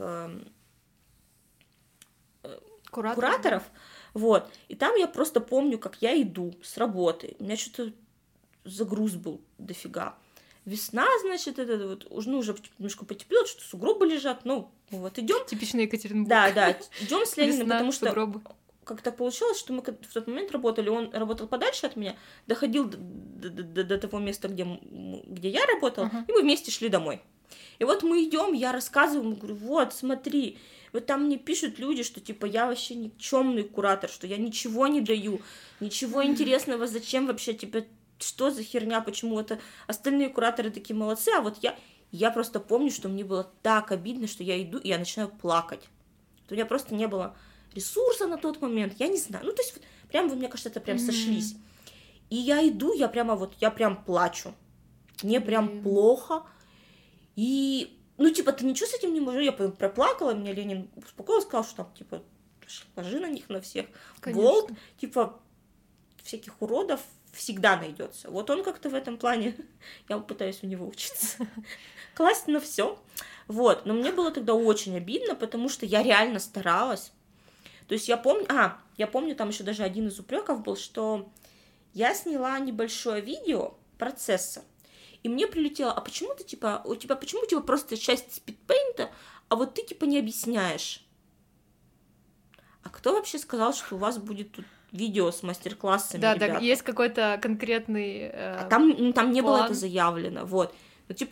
кураторов. Вот. И там я просто помню, как я иду с работы. У меня что-то загруз был дофига. Весна, значит, это вот, ну, уже немножко потеплело, что сугробы лежат. Ну, вот, идем. Типичный Екатеринбург. Да, идем с Лениным, Весна, потому что сугробы. как-то получилось, что мы в тот момент работали, он работал подальше от меня, доходил до того места, где я работала, и мы вместе шли домой. И вот мы идем, я рассказываю, говорю, вот, смотри, вот там мне пишут люди, что, типа, я вообще никчемный куратор, что я ничего не даю, ничего интересного, зачем вообще, типа, что за херня, почему это остальные кураторы такие молодцы, а вот я просто помню, что мне было так обидно, что я иду, и я начинаю плакать. У меня просто не было ресурса на тот момент, я не знаю, ну, то есть, прям, мне кажется, это прям сошлись. И я иду, я прям плачу, мне прям плохо, и, ну, типа, ты ничего с этим не можешь, я проплакала, меня Ленин успокоил, сказал, что там, типа, ложи на них, на всех, болт, типа, всяких уродов всегда найдется. Вот он как-то в этом плане, я пытаюсь у него учиться, класть на все. Вот, но мне было тогда очень обидно, потому что я реально старалась. То есть я помню, там еще даже один из упреков был, что я сняла небольшое видео процесса, и мне прилетело, а почему ты, типа, почему просто часть спидпейнта, а вот ты, типа, не объясняешь? А кто вообще сказал, что у вас будет тут видео с мастер-классами, да, ребята? Да, есть какой-то конкретный там не было это заявлено, вот. Ну, типа,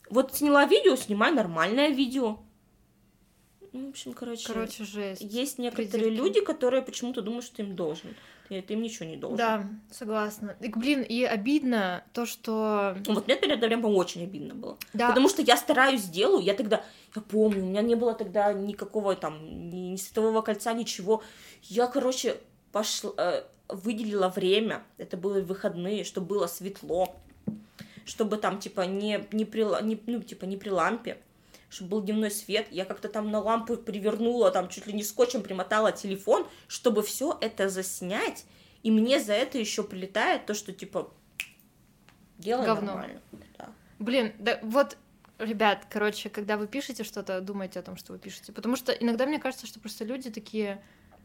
Вот сняла видео, снимай нормальное видео. Ну, в общем, короче, жесть. Есть некоторые люди, которые почему-то думают, что им должен. Ты им ничего не должен. Да, согласна. И, блин, и обидно то, что... Вот мне тогда прям очень обидно было. Да. Потому что я стараюсь, делаю, я помню, у меня не было тогда никакого там, ни светового кольца, ничего. Я, пошла, выделила время, это были выходные, чтобы было светло, чтобы там, не при лампе, чтобы был дневной свет. Я как-то там на лампу привернула, там чуть ли не скотчем примотала телефон, чтобы все это заснять, и мне за это еще прилетает то, что, делай говно. Нормально. Да. Блин, да вот, ребят, когда вы пишете что-то, думайте о том, что вы пишете, потому что иногда мне кажется, что просто люди такие,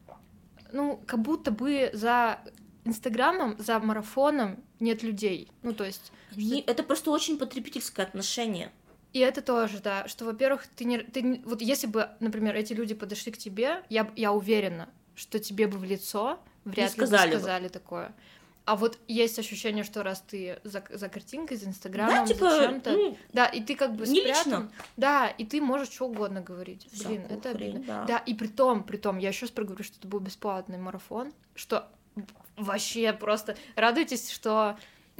как будто бы за Инстаграмом, за марафоном нет людей, то есть... Это просто очень потребительское отношение. И это тоже, да, что, во-первых, вот если бы, например, эти люди подошли к тебе, я уверена, что тебе бы в лицо вряд ли бы сказали такое. А вот есть ощущение, что раз ты за картинкой, за Инстаграмом, за чем-то, да, и ты как бы спрятан, да, и ты можешь что угодно говорить. Блин, это обидно. Да, и при том, я еще раз проговорю, что это был бесплатный марафон, что вообще просто радуйтесь, что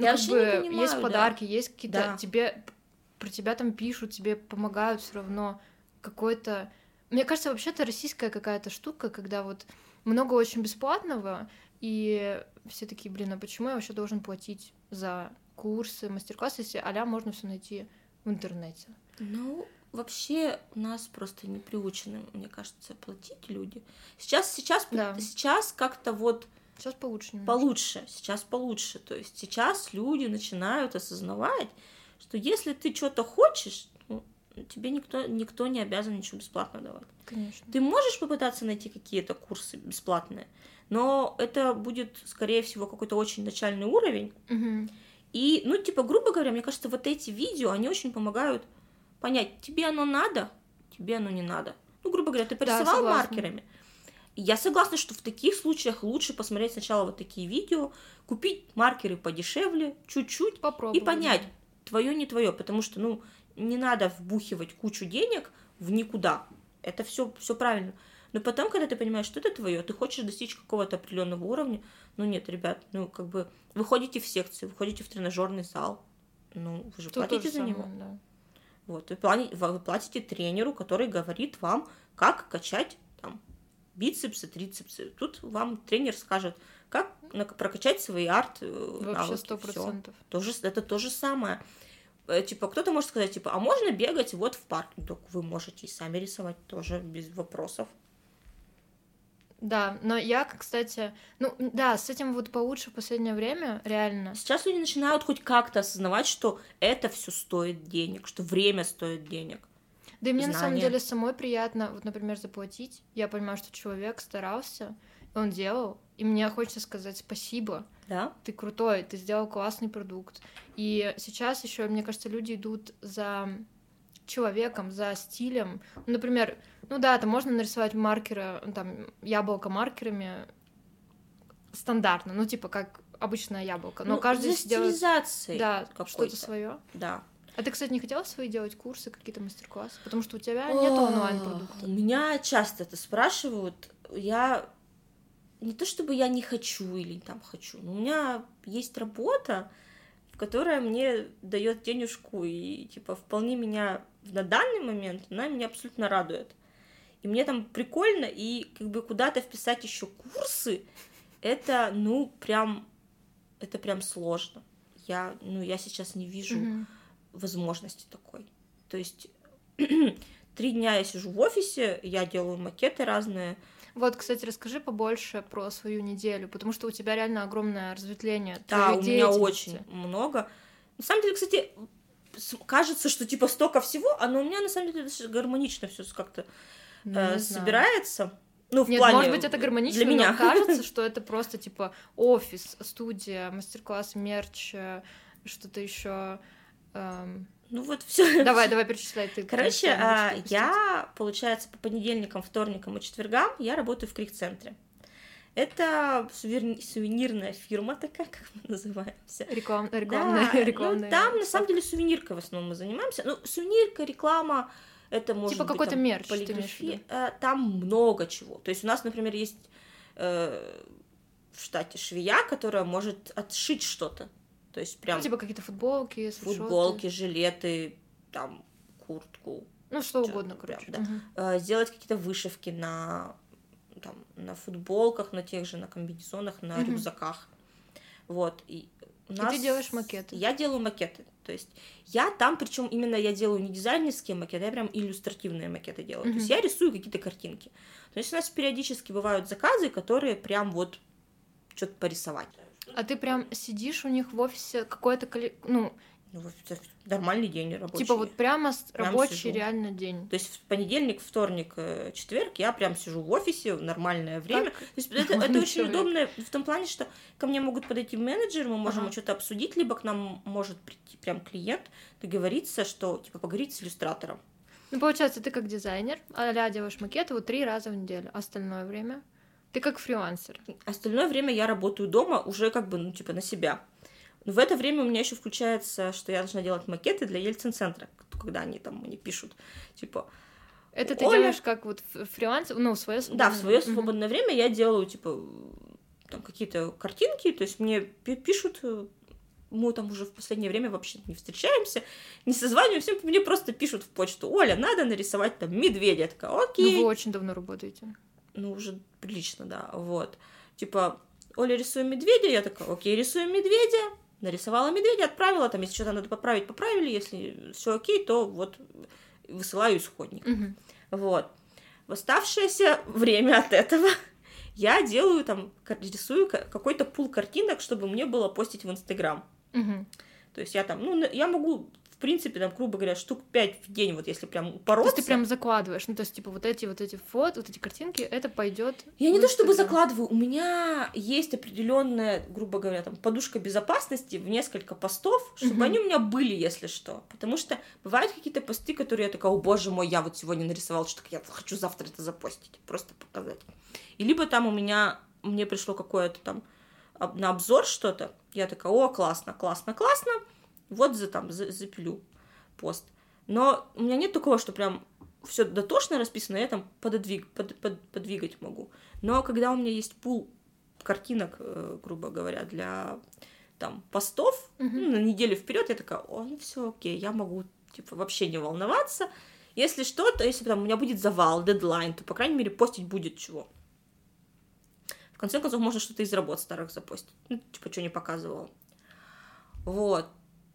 есть подарки, есть какие-то про тебя там пишут, тебе помогают все равно какой-то... Мне кажется, вообще-то российская какая-то штука, когда вот много очень бесплатного, и все такие, блин, а почему я вообще должен платить за курсы, мастер-классы, если а-ля можно все найти в интернете? Вообще у нас просто не приучены, мне кажется, платить люди. Сейчас как-то вот... Сейчас получше. Сейчас получше. То есть сейчас люди начинают осознавать, что если ты что-то хочешь, тебе никто не обязан ничего бесплатно давать. Конечно. Ты можешь попытаться найти какие-то курсы бесплатные, но это будет, скорее всего, какой-то очень начальный уровень. Угу. И, грубо говоря, мне кажется, вот эти видео, они очень помогают понять, тебе оно надо, тебе оно не надо. Грубо говоря, ты порисовал маркерами. И я согласна, что в таких случаях лучше посмотреть сначала вот такие видео, купить маркеры подешевле, чуть-чуть, попробовать, и понять, твое не твое, потому что, не надо вбухивать кучу денег в никуда. Это все правильно. Но потом, когда ты понимаешь, что это твое, ты хочешь достичь какого-то определенного уровня, нет, ребят, вы ходите в секции, вы ходите в тренажерный зал, вы же платите за него. Да. Вот, вы платите тренеру, который говорит вам, как качать там бицепсы, трицепсы. Тут вам тренер скажет, как прокачать свои вообще 100%. Это то же самое. Кто-то может сказать, а можно бегать вот в парке? Так вы можете и сами рисовать тоже без вопросов. Да, но я, кстати, с этим вот получше в последнее время, реально. Сейчас люди начинают хоть как-то осознавать, что это все стоит денег, что время стоит денег. Да и мне на самом деле самой приятно, вот, например, заплатить. Я понимаю, что человек старался, он делал, и мне хочется сказать спасибо. Да? Ты крутой, ты сделал классный продукт. И сейчас еще, мне кажется, люди идут за человеком, за стилем. Например, там можно нарисовать маркеры, там, яблоко маркерами стандартно, как обычное яблоко. Но каждый делает что-то свое. Да. А ты, кстати, не хотела свои делать курсы, какие-то мастер-классы? Потому что у тебя нет онлайн-продукта. Меня часто это спрашивают. Я не то чтобы я не хочу или там хочу, но у меня есть работа, которая мне дает денежку, и вполне меня на данный момент, она меня абсолютно радует. И мне там прикольно, и куда-то вписать еще курсы, это, прям сложно. Я сейчас не вижу возможности такой. То есть 3 дня я сижу в офисе, я делаю макеты разные. Вот, кстати, расскажи побольше про свою неделю, потому что у тебя реально огромное разветвление. Да, у меня очень много. На самом деле, кстати, кажется, что столько всего, но у меня на самом деле гармонично все как-то собирается. В Нет, плане, может быть, это гармонично, для меня. Но кажется, что это просто офис, студия, мастер-класс, мерч, что-то еще. Все. Давай перечисляй ты. Короче, я, получается, по понедельникам, вторникам и четвергам я работаю в Крик-центре. Это сувенирная фирма такая, как мы называемся. Рекламная. Там, на самом деле, сувениркой в основном мы занимаемся. Ну, сувенирка, реклама, это может типа быть... какой-то мерч, там много чего. То есть у нас, например, есть в штате швея, которая может отшить что-то. То есть прям... типа какие-то футболки, свитшоты. Футболки, жилеты, там, куртку. Что угодно, короче. Да. Сделать какие-то вышивки на футболках, на тех же, на комбинезонах, на рюкзаках. Вот. И ты делаешь макеты? Я делаю макеты. То есть я там, причем именно я делаю не дизайнерские макеты, я прям иллюстративные макеты делаю. То есть я рисую какие-то картинки. То есть у нас периодически бывают заказы, которые прям вот что-то порисовать. А ты прям сидишь у них в офисе какой-то нормальный день рабочий. Типа вот прям рабочий сижу. реально день. То есть в понедельник, вторник, четверг я прям сижу в офисе в нормальное время. То есть это очень удобно в том плане, что ко мне могут подойти менеджеры, мы можем что-то обсудить, либо к нам может прийти прям клиент, договориться, что типа поговорить с иллюстратором. Ну, получается, ты как дизайнер, а-ля делаешь макеты 3 раза в неделю, остальное время ты как фрилансер. Остальное время я работаю дома уже как бы, на себя. В это время у меня еще включается, что я должна делать макеты для Ельцин-центра, когда они там мне пишут, типа... Это ты делаешь как вот фриланс, свое свободное время? Да, в свое свободное время я делаю, типа, там какие-то картинки, то есть мне пишут, мы там уже в последнее время вообще не встречаемся, не созваниваемся, мне просто пишут в почту: Оля, надо нарисовать там медведя. Я такая: окей. Вы очень давно работаете. Уже прилично, да, вот. Типа: Оля, рисуем медведя. Я такая: окей, рисуем медведя. Нарисовала медведя, отправила, там, если что-то надо поправить, поправили, если все окей, то вот высылаю исходник. Вот. В оставшееся время от этого я делаю там, рисую какой-то пул картинок, чтобы мне было постить в Инстаграм. То есть я там, я могу, в принципе, там, грубо говоря, штук 5 в день, вот если прям упороться. То есть ты прям закладываешь, то есть, типа, вот эти фото, вот эти картинки, это пойдет. Я не то чтобы закладываю, у меня есть определенная, грубо говоря, там, подушка безопасности в несколько постов, чтобы они у меня были, если что. Потому что бывают какие-то посты, которые я такая: о боже мой, я вот сегодня нарисовала что-то, я хочу завтра это запостить, просто показать. И либо там мне пришло какое-то там на обзор что-то, я такая: о, классно, вот запилю пост. Но у меня нет такого, что прям все дотошно расписано, я там подвигать могу. Но когда у меня есть пул картинок, грубо говоря, для там постов, на неделю вперед, я такая: о, все окей, я могу типа вообще не волноваться. Если что-то, если там у меня будет завал, дедлайн, то, по крайней мере, постить будет чего. В конце концов, можно что-то из работ старых запостить. Типа, что не показывала. Вот.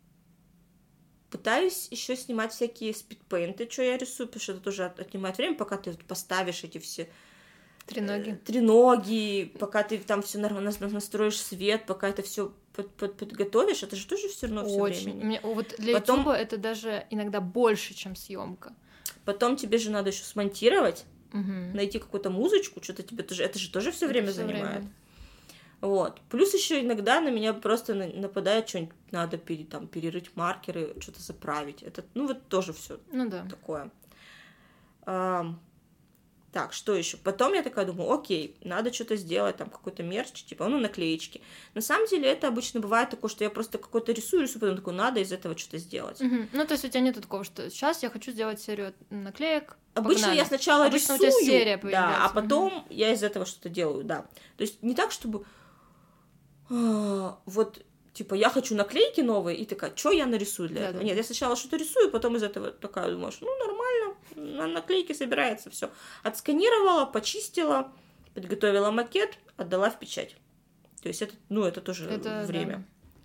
Пытаюсь еще снимать всякие спидпейнты, что я рисую, потому что это тоже отнимает время, пока ты поставишь эти все треноги, пока ты там все настроишь свет, пока это все подготовишь, это же тоже все равно все время. Вот для YouTube это даже иногда больше, чем съемка. Потом тебе же надо еще смонтировать, найти какую-то музычку, что-то тебе тоже, это же тоже все время занимает. Вот. Плюс еще иногда на меня просто нападает что-нибудь, надо перерыть маркеры, что-то заправить. Это, вот тоже все такое. Так, что еще? Потом я такая думаю: окей, надо что-то сделать, там какой-то мерч, типа, наклеечки. На самом деле это обычно бывает такое, что я просто какой-то рисую, потом такой: надо из этого что-то сделать. То есть у тебя нет такого, что сейчас я хочу сделать серию наклеек. Обычно я сначала рисую, у тебя серия появляется. Да, а потом я из этого что-то делаю, да. То есть не так, чтобы вот, типа, я хочу наклейки новые, и такая: что я нарисую для этого? Нет, я сначала что-то рисую, потом из этого такая думаешь: нормально, на наклейки собирается, все. Отсканировала, почистила, подготовила макет, отдала в печать. То есть это тоже время.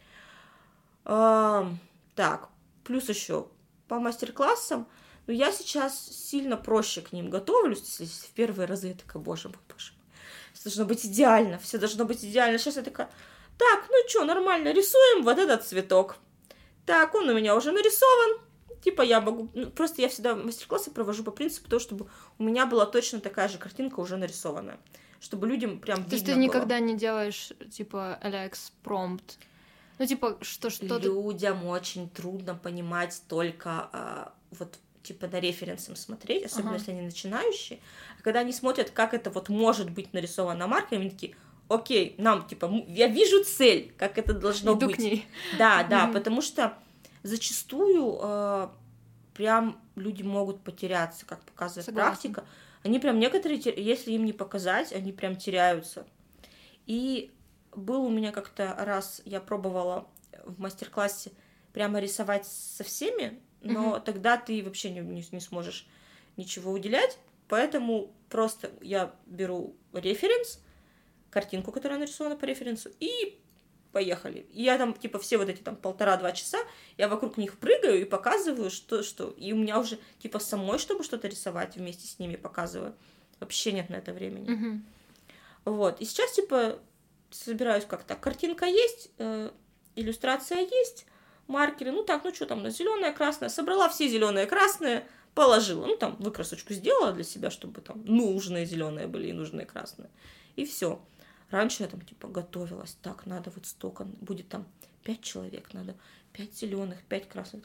Да. Так, плюс еще по мастер-классам, я сейчас сильно проще к ним готовлюсь, если в первые разы я такая: боже мой, все должно быть идеально, все должно быть идеально. Сейчас я такая: так, что, нормально, рисуем вот этот цветок. Так, он у меня уже нарисован. Типа я могу... просто я всегда мастер-классы провожу по принципу того, чтобы у меня была точно такая же картинка уже нарисованная. Чтобы людям прям видно было. То есть ты никогда не делаешь, типа, а-ля экспромпт? Типа, что-то... Людям очень трудно понимать только типа на референсом смотреть, особенно если они начинающие. А когда они смотрят, как это вот может быть нарисовано маркером, они такие: окей, нам, типа, я вижу цель, как это должно Иду быть. К ней. Да, потому что зачастую прям люди могут потеряться, как показывает практика. Они прям некоторые, если им не показать, они прям теряются. И был у меня как-то раз, я пробовала в мастер-классе прямо рисовать со всеми, но тогда ты вообще не сможешь ничего уделять, поэтому просто я беру референс, картинку, которая нарисована по референсу, и поехали. И я там, типа, все вот эти там 1,5-2 часа, я вокруг них прыгаю и показываю, что. И у меня уже, типа, самой, чтобы что-то рисовать, вместе с ними показываю. Вообще нет на это времени. Вот. И сейчас, типа, собираюсь как-то. Картинка есть, иллюстрация есть, маркеры, ну так, ну что там, зеленое, красное, собрала все зеленые, красные, положила, ну там выкрасочку сделала для себя, чтобы там нужные зеленые были и нужные красные, и все. Раньше я там типа готовилась, так, надо вот столько, будет там 5 человек, надо 5 зеленых, 5 красных.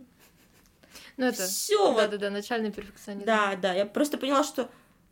Ну это всё, да, начальный перфекционизм. Да, я просто поняла, что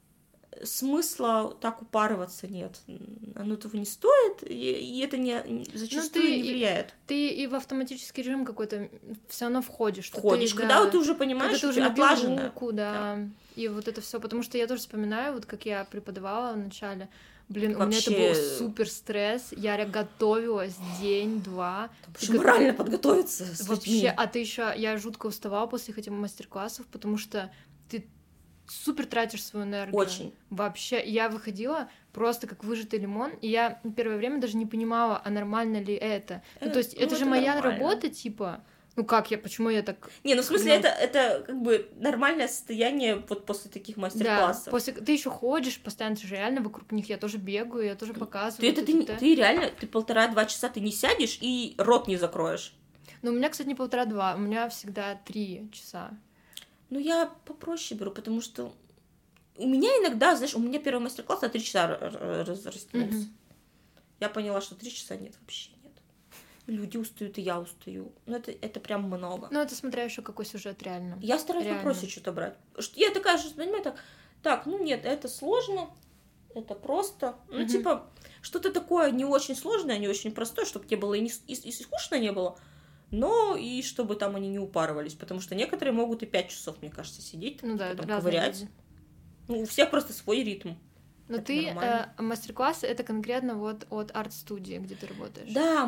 смысла так упарываться нет. Оно того не стоит, и это зачастую не влияет. Ты и в автоматический режим какой-то все равно входишь. Когда вот ты уже понимаешь, что ты отлажена. Руку, да. И вот это все, потому что я тоже вспоминаю, вот как я преподавала в начале. Блин, у меня это был супер стресс. Я готовилась день-два. Чтобы морально подготовиться. Вообще, а ты еще, я жутко уставала после этих мастер-классов, потому что ты супер тратишь свою энергию. Очень. Вообще, я выходила просто как выжатый лимон, и я первое время даже не понимала, а нормально ли это. Ну, то есть, это же моя работа, типа. Ну как почему я так... Не, ну в смысле, это как бы нормальное состояние вот после таких мастер-классов. Да, ты еще ходишь постоянно, ты же реально вокруг них, я тоже бегаю, я тоже показываю. Ты реально, ты 1,5-2 часа ты не сядешь и рот не закроешь. Ну у меня, кстати, не 1,5-2, у меня всегда 3 часа. Ну я попроще беру, потому что у меня иногда, знаешь, у меня первый мастер-класс на 3 часа растянулся. Я поняла, что 3 часа нет вообще. Люди устают, и я устаю. Ну, это прям много. Ну, это смотря еще какой сюжет реально. Я стараюсь попроще что-то брать. Я такая же, понимаю, так, ну нет, это сложно, это просто. Ну, типа, что-то такое не очень сложное, не очень простое, чтобы тебе было и скучно не было, но и чтобы там они не упарывались, потому что некоторые могут и 5 часов, мне кажется, сидеть, ну, да, там ковырять. Ну, у всех просто свой ритм. Но ты, мастер-классы, это конкретно вот от арт-студии, где ты работаешь? Да,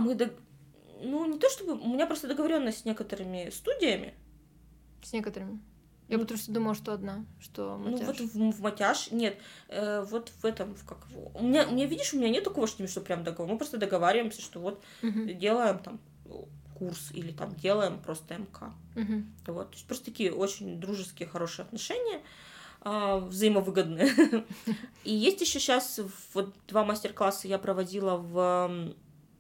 ну, не то чтобы... У меня просто договоренность с некоторыми студиями. С некоторыми? Я потому что думала, что одна, что Матяж. Ну, вот в Матяж, нет, вот в этом, у меня, видишь, у меня нет такого, что прям договор. Мы просто договариваемся, что вот делаем там курс или там делаем просто МК. Вот, то есть просто такие очень дружеские, хорошие отношения, взаимовыгодные. И есть еще сейчас вот 2 мастер-класса я проводила в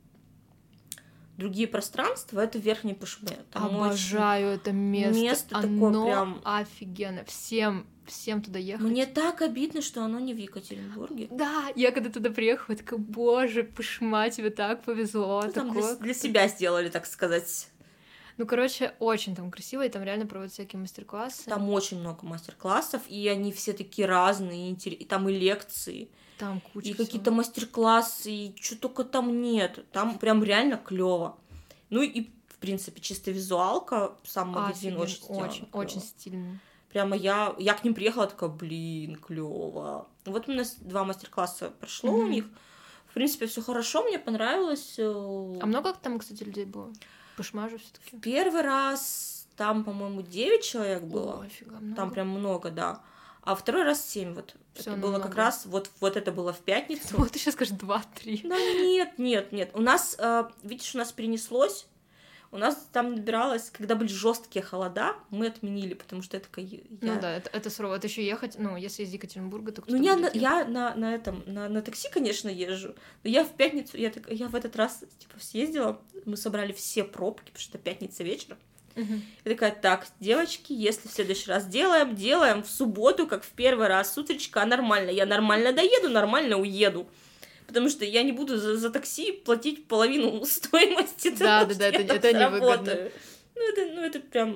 другие пространства, это Верхний Пышме. Обожаю это место. Место такое прям... офигенно. Всем туда ехать. Мне так обидно, что оно не в Екатеринбурге. Да, я когда туда приехала, такая: боже, Пышма, тебе так повезло. Ну, там для себя сделали, так сказать. Ну, короче, очень там красиво, и там реально проводят всякие мастер-классы. Там очень много мастер-классов, и они все такие разные, и там и лекции. Там куча и какие-то мастер-классы, и что только там нет. Там прям реально клево. Ну и, в принципе, чисто визуалка, сам магазин очень стильный. Прямо я к ним приехала, такая: блин, клево. Вот у нас 2 мастер-класса прошло у них. В принципе, все хорошо, мне понравилось. А много там, кстати, людей было? Пышма же всё-таки. Первый раз там, по-моему, 9 человек было. О, офига, много. Там прям много, да. А второй раз 7. Вот это было как раз, вот это было в пятницу. Вот ты сейчас скажешь 2-3. Да нет. У нас, видишь, у нас перенеслось. У нас там набиралось, когда были жесткие холода, мы отменили, потому что это такая... Ну да, это сурово. Это еще ехать, ну, если из Екатеринбурга, то кто-то будет я на такси, конечно, езжу, но я в пятницу, я в этот раз, типа, съездила, мы собрали все пробки, потому что пятница вечером. Я такая: так, девочки, если в следующий раз делаем в субботу, как в первый раз, с утречка, нормально. Я нормально доеду, нормально уеду. Потому что я не буду за такси платить половину стоимости. Да, это невыгодно. Ну, это прям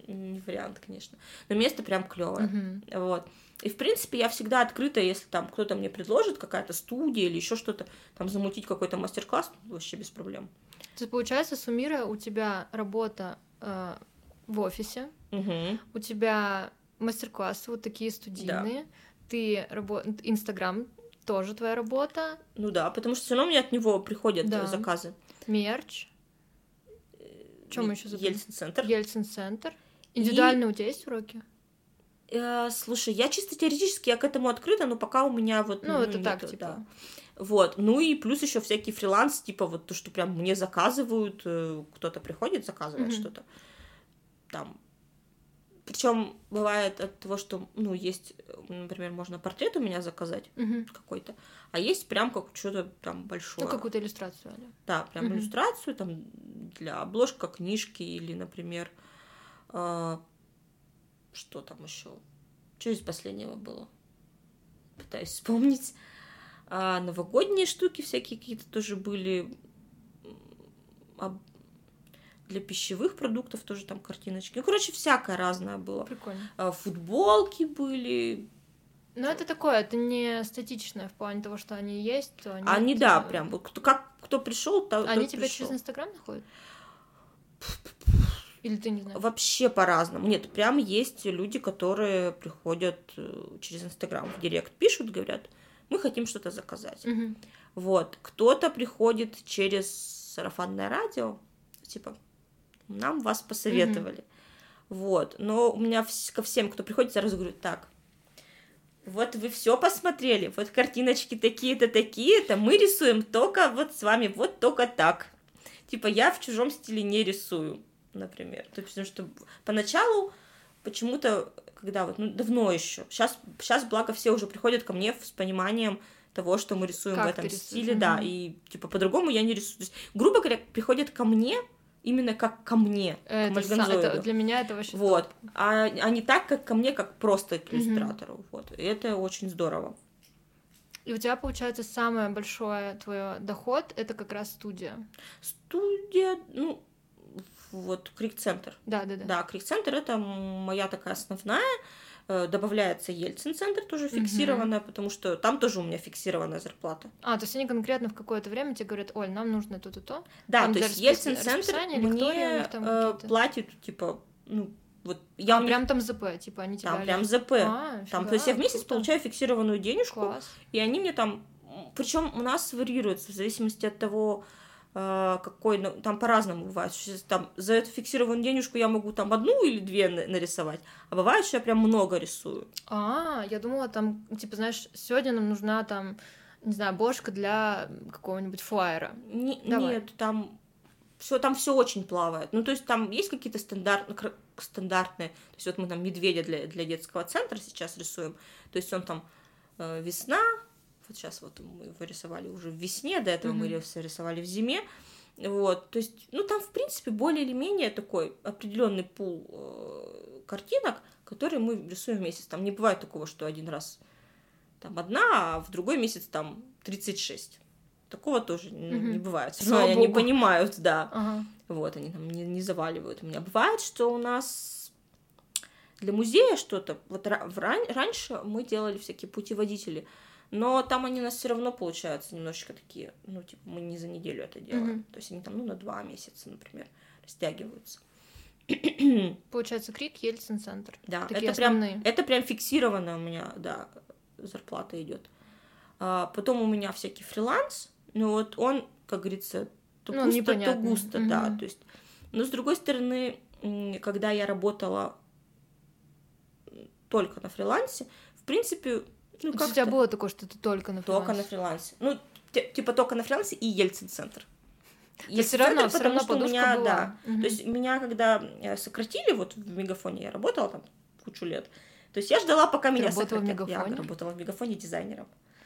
не вариант, конечно. Но место прям клевое. Вот. И, в принципе, я всегда открыта, если там кто-то мне предложит, какая-то студия или еще что-то, там, замутить какой-то мастер-класс, вообще без проблем. То есть, получается, суммируя, у тебя работа в офисе, у тебя мастер-классы вот такие студийные, ты Инстаграм тоже твоя работа. Ну да, потому что все равно мне от него приходят заказы. Мерч. Чем мы еще забыли? Ельцин-центр. Ельцин-центр. Индивидуальные у тебя есть уроки? Слушай, я чисто теоретически к этому открыта, но пока у меня вот... Ну, это так, типа. Да. Вот, ну и плюс еще всякий фриланс, типа вот то, что прям мне заказывают, кто-то приходит, заказывает что-то там. Причем бывает от того, что, ну, есть, например, можно портрет у меня заказать какой-то, а есть прям как что-то там большое. Ну, какую-то иллюстрацию, да? Да, прям иллюстрацию там для обложка книжки или, например, что там еще? Что из последнего было? Пытаюсь вспомнить. Новогодние штуки всякие какие-то тоже были. Для пищевых продуктов тоже там картиночки. Ну, короче, всякое разное было. Прикольно. Футболки были. Ну, это такое, это не статичное в плане того, что они есть, то они... Они, да, прям, вот кто пришел, то они тебя через Инстаграм находят? Или ты не знаешь? Вообще по-разному. Нет, прям есть люди, которые приходят через Инстаграм в директ, пишут, говорят, мы хотим что-то заказать. Вот. Кто-то приходит через сарафанное радио, типа, нам вас посоветовали. Вот. Но у меня ко всем, кто приходит, сразу говорю, так, вот вы все посмотрели, вот картиночки такие-то, такие-то, мы рисуем только вот с вами, вот только так. Типа, я в чужом стиле не рисую, например. То есть, потому что поначалу почему-то, когда вот, ну, давно еще, сейчас, благо, все уже приходят ко мне с пониманием того, что мы рисуем как в этом стиле, да, и, типа, по-другому я не рисую. То есть, грубо говоря, приходят ко мне именно как ко мне, к Мальгонзоиду. Для меня это вообще вот. А не так, как ко мне, как просто к иллюстратору. Вот. И это очень здорово. И у тебя, получается, самое большое твой доход — это как раз студия. Студия, ну, вот, Крик-центр. Да. Да, Крик-центр — это моя такая основная. Добавляется Ельцин-центр, тоже фиксированная, потому что там тоже у меня фиксированная зарплата. То есть они конкретно в какое-то время тебе говорят, Оль, нам нужно то-то. Да, там то есть Ельцин-центр мне платит, типа, ну, вот я прям там ЗП, типа, они тебя... Там прям ЗП. Там, то есть я в месяц получаю фиксированную денежку, класс. И они мне там... Причем у нас варьируется в зависимости от того, какой, ну, там по-разному бывает. Там, за эту фиксированную денежку я могу там 1 или 2 нарисовать, а бывает, что я прям много рисую. Я думала, там, типа, знаешь, сегодня нам нужна там, не знаю, обложка для какого-нибудь флаера. Нет, там все очень плавает. Ну, то есть там есть какие-то стандартные, то есть вот мы там медведя для детского центра сейчас рисуем, то есть он там весна, вот сейчас вот мы его рисовали уже в весне, до этого мы рисовали в зиме, вот, то есть, ну, там, в принципе, более или менее такой определенный пул картинок, которые мы рисуем в месяц, там не бывает такого, что один раз там 1, а в другой месяц там 36. Такого тоже не бывает. Они не понимают, да. Вот, они там не заваливают. У меня бывает, что у нас для музея что-то... Вот раньше мы делали всякие путеводители, но там они у нас все равно получаются немножечко такие, ну, типа, мы не за неделю это делаем. То есть они там, ну, на 2 месяца, например, растягиваются. Получается, Крик, Ельцин-центр. Да, это прям фиксированная у меня, да, зарплата идет. Потом у меня всякий фриланс, но вот он, как говорится, то пусто, то густо, да, то есть. Но с другой стороны, когда я работала только на фрилансе, в принципе, ну, как-то... У тебя было такое, что ты только на фрилансе? Только на фрилансе. Ну, типа только на фрилансе и Ельцин-центр. Все равно что у меня, была. Да. То есть меня, когда сократили, вот в Мегафоне я работала там кучу лет, то есть я ждала, пока меня сократят. Я работала в Мегафоне дизайнером.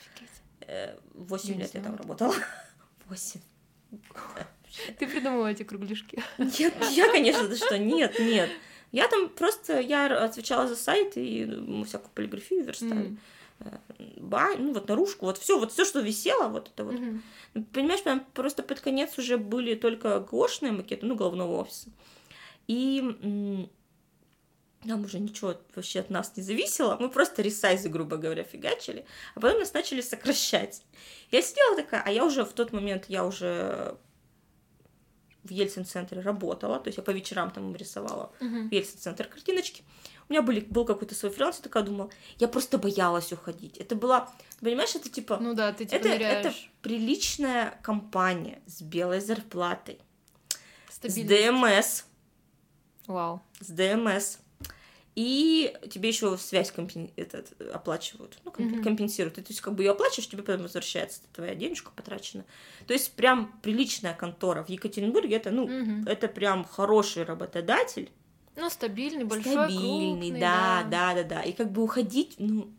8 лет я там работала. 8. Ты придумала эти кругляшки? Нет, я, конечно, да что, нет. Я там просто, я отвечала за сайт, и мы всякую полиграфию верстали. Ну, вот наружку, вот все, что висело, вот это вот. Понимаешь, прям просто под конец уже были только гошные макеты, ну, головного офиса. И нам уже ничего вообще от нас не зависело, мы просто ресайзы, грубо говоря, фигачили, а потом нас начали сокращать. Я сидела такая, а я уже в тот момент, в Ельцин-центре работала, то есть я по вечерам там рисовала в Ельцин-центр картиночки. У меня был какой-то свой фриланс, я такая думала, я просто боялась уходить. Это была, понимаешь, это типа... Ну да, ты типа ныряешь. Это приличная компания с белой зарплатой, с ДМС. Вау. С ДМС. И тебе еще связь оплачивают, компенсируют. И, то есть, как бы ее оплачиваешь, тебе потом возвращается твоя денежка потрачена. То есть, прям приличная контора в Екатеринбурге, это, это прям хороший работодатель. Ну, стабильный, большой, крупный, да. И как бы уходить,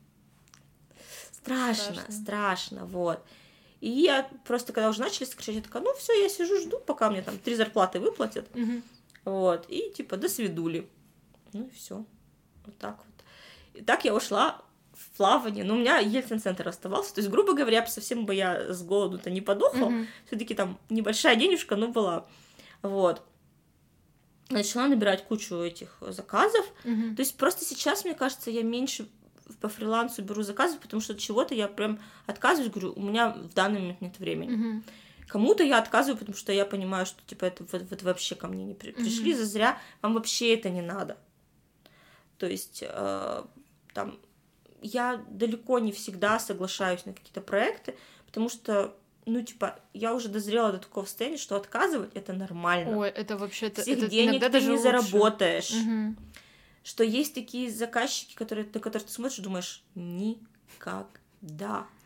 страшно, вот. И я просто, когда уже начали сокращать, я такая, все, я сижу, жду, пока мне там 3 зарплаты выплатят. Вот, и типа, до свидули. Ну и все. Вот так вот. И так я ушла в плавание. Но у меня Ельцин-центр оставался. То есть, грубо говоря, совсем бы я с голоду-то не подохла. Все-таки там небольшая денежка, но была. Вот. Начала набирать кучу этих заказов. То есть, просто сейчас, мне кажется, я меньше по фрилансу беру заказов, потому что от чего-то я прям отказываюсь, говорю, у меня в данный момент нет времени. Кому-то я отказываю, потому что я понимаю, что типа это вот вообще ко мне не пришли зазря, вам вообще это не надо. То есть там я далеко не всегда соглашаюсь на какие-то проекты, потому что, я уже дозрела до такого состояния, что отказывать это нормально. Ой, это вообще-то... Всех денег ты не заработаешь. Что есть такие заказчики, на которых ты смотришь и думаешь, никогда.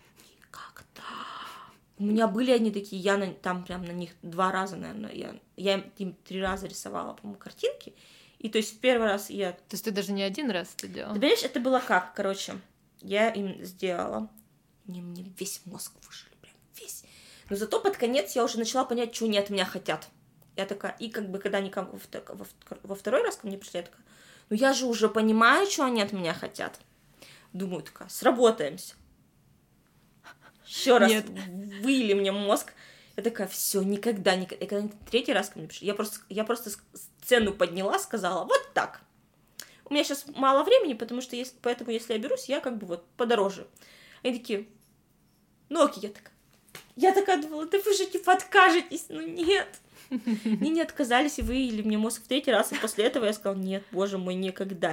У меня были они такие, я там прям на них 2 раза, наверное, я им 3 раза рисовала, по-моему, картинки. И то есть в первый раз я... То есть ты даже не 1 раз это делала? Ты понимаешь, это было как, я им сделала. Мне весь мозг выжили, прям весь. Но зато под конец я уже начала понять, что они от меня хотят. Я такая, и как бы когда они во второй раз ко мне пришли, я такая, я же уже понимаю, что они от меня хотят. Думаю, такая, сработаемся. Еще раз выили мне мозг. Я такая, все, никогда. И когда они 3-й раз ко мне пришли, я просто цену подняла, сказала, вот так. У меня сейчас мало времени, поэтому если я берусь, я как бы вот подороже. Они такие, окей, я такая думала, да вы же типа откажетесь, нет. Они не отказались и выили мне мозг в 3-й раз, и после этого я сказала, нет, боже мой, никогда.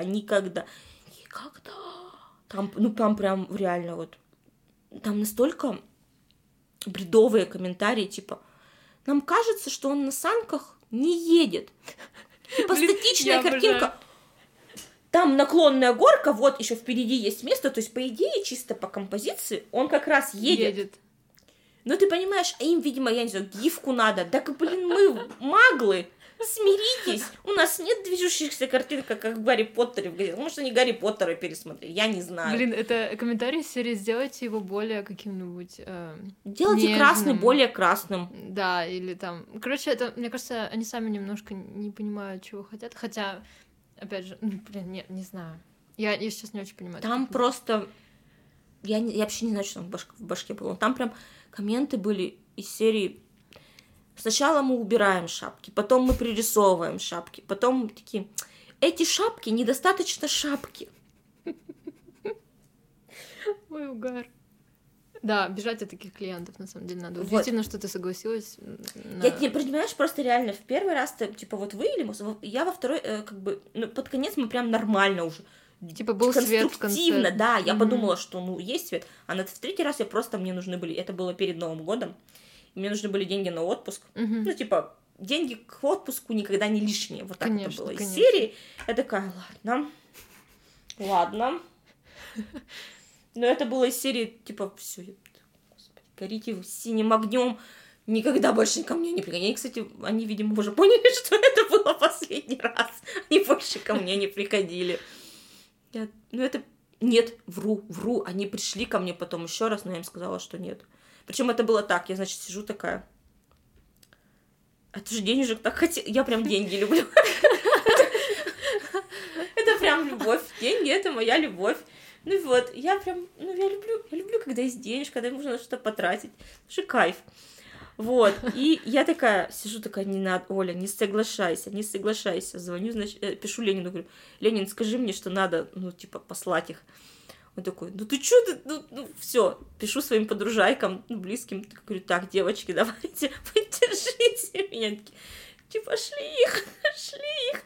Там прям реально вот. Там настолько бредовые комментарии, типа, нам кажется, что он на санках не едет. Типа, статичная картинка. Там наклонная горка, вот еще впереди есть место, то есть, по идее, чисто по композиции, он как раз едет. Но ты понимаешь, им, видимо, я не знаю, гифку надо. Так, мы маглы. Смиритесь, у нас нет движущихся картинок, как в Гарри Поттере в газете. Может, они Гарри Поттера пересмотрели, я не знаю. Это комментарий из серии «Сделайте его более каким-нибудь Делайте нежным. Красный более красным. Да, или там... Короче, это, мне кажется, они сами немножко не понимают, чего хотят. Хотя, опять же, не знаю. Я сейчас не очень понимаю. Там просто... Я вообще не знаю, что там в башке было. Там прям комменты были из серии... Сначала мы убираем шапки, потом мы пририсовываем шапки, потом такие, эти шапки недостаточно шапки. Ой, угар. Да, бежать от таких клиентов, на самом деле, надо. Удивительно, что ты согласилась. Я тебе, понимаешь, просто реально в первый раз ты, типа, вот выели, я во второй, как бы, под конец мы прям нормально уже. Типа был свет в конце. Да, я подумала, что, есть свет. А в 3-й раз мне нужны были, это было перед Новым годом, мне нужны были деньги на отпуск. Деньги к отпуску никогда не лишние. Вот так это было из серии. Я такая, ладно. Но это было из серии, типа, все, господи, горите синим огнем, никогда больше ко мне не приходили. Кстати, они, видимо, уже поняли, что это было последний раз. Они больше ко мне не приходили. Нет, вру. Они пришли ко мне потом еще раз, но я им сказала, что нет. Причем это было так, я, значит, сижу такая, а ты же денежек так хотела, я прям деньги люблю. Это прям любовь, деньги, это моя любовь. Ну вот, я прям, я люблю, когда есть денежка, когда можно что-то потратить, это же кайф. Вот, и я такая, сижу такая, не надо, Оля, не соглашайся, звоню, значит, пишу Ленину, говорю, Ленин, скажи мне, что надо, ну, типа, послать их. Он такой, ну ты чё, ну все, пишу своим подружайкам, близким, говорю, так, девочки, давайте, поддержите меня, типа, шли их,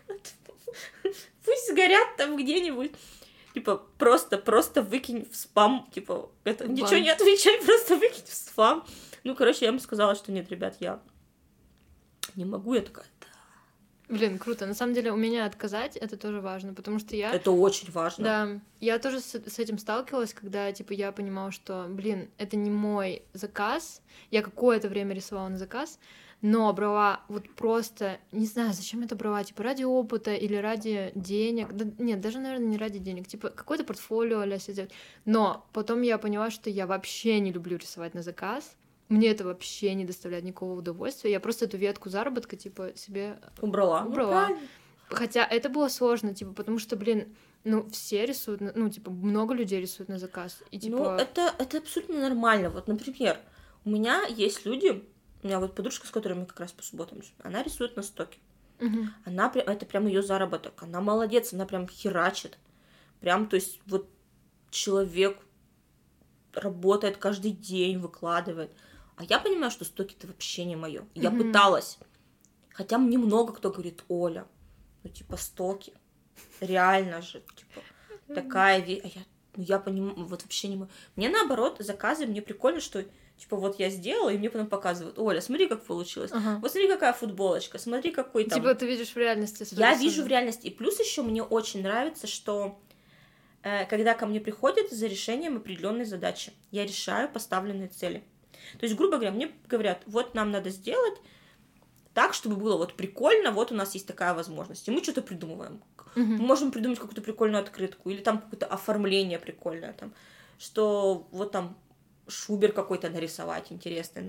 пусть сгорят там где-нибудь. Типа, просто выкинь в спам, типа, это, ничего не отвечай, просто выкинь в спам. Ну, короче, я ему сказала, что нет, ребят, я не могу, я такая, да. Блин, круто. На самом деле, у меня отказать, это тоже важно, потому что я... Это очень важно. Да, я тоже с этим сталкивалась, когда, типа, я понимала, что, блин, это не мой заказ, я какое-то время рисовала на заказ, но брала вот просто, не знаю, зачем это брала, типа, ради опыта или ради денег, да, нет, даже, наверное, не ради денег, типа, какое-то портфолио для себя сделать, но потом я поняла, что я вообще не люблю рисовать на заказ, мне это вообще не доставляет никакого удовольствия, я просто эту ветку заработка, типа, себе убрала. Ну, хотя это было сложно, типа, потому что, блин, ну, все рисуют, ну, типа, много людей рисуют на заказ, и, типа... Ну, это абсолютно нормально, вот, например, у меня есть люди... У меня вот подружка, с которой мы как раз по субботам, она рисует на стоке. Это прям ее заработок. Она молодец, она прям херачит. Прям, то есть, вот человек работает каждый день, выкладывает. А я понимаю, что стоки это вообще не мое. Я пыталась. Хотя мне много кто говорит, Оля, ну типа стоки. Реально же, типа, такая вещь. А я понимаю, вот вообще не могу. Мне наоборот, заказы, мне прикольно, что типа, вот я сделала, и мне потом показывают, Оля, смотри, как получилось. Вот смотри, какая футболочка, смотри, какой там... Типа, ты видишь в реальности. Я вижу в реальности. И плюс еще мне очень нравится, что когда ко мне приходят за решением определенной задачи, я решаю поставленные цели. То есть, грубо говоря, мне говорят, вот нам надо сделать так, чтобы было вот прикольно, вот у нас есть такая возможность. И мы что-то придумываем. Мы можем придумать какую-то прикольную открытку, или там какое-то оформление прикольное, там, что вот там шубер какой-то нарисовать интересный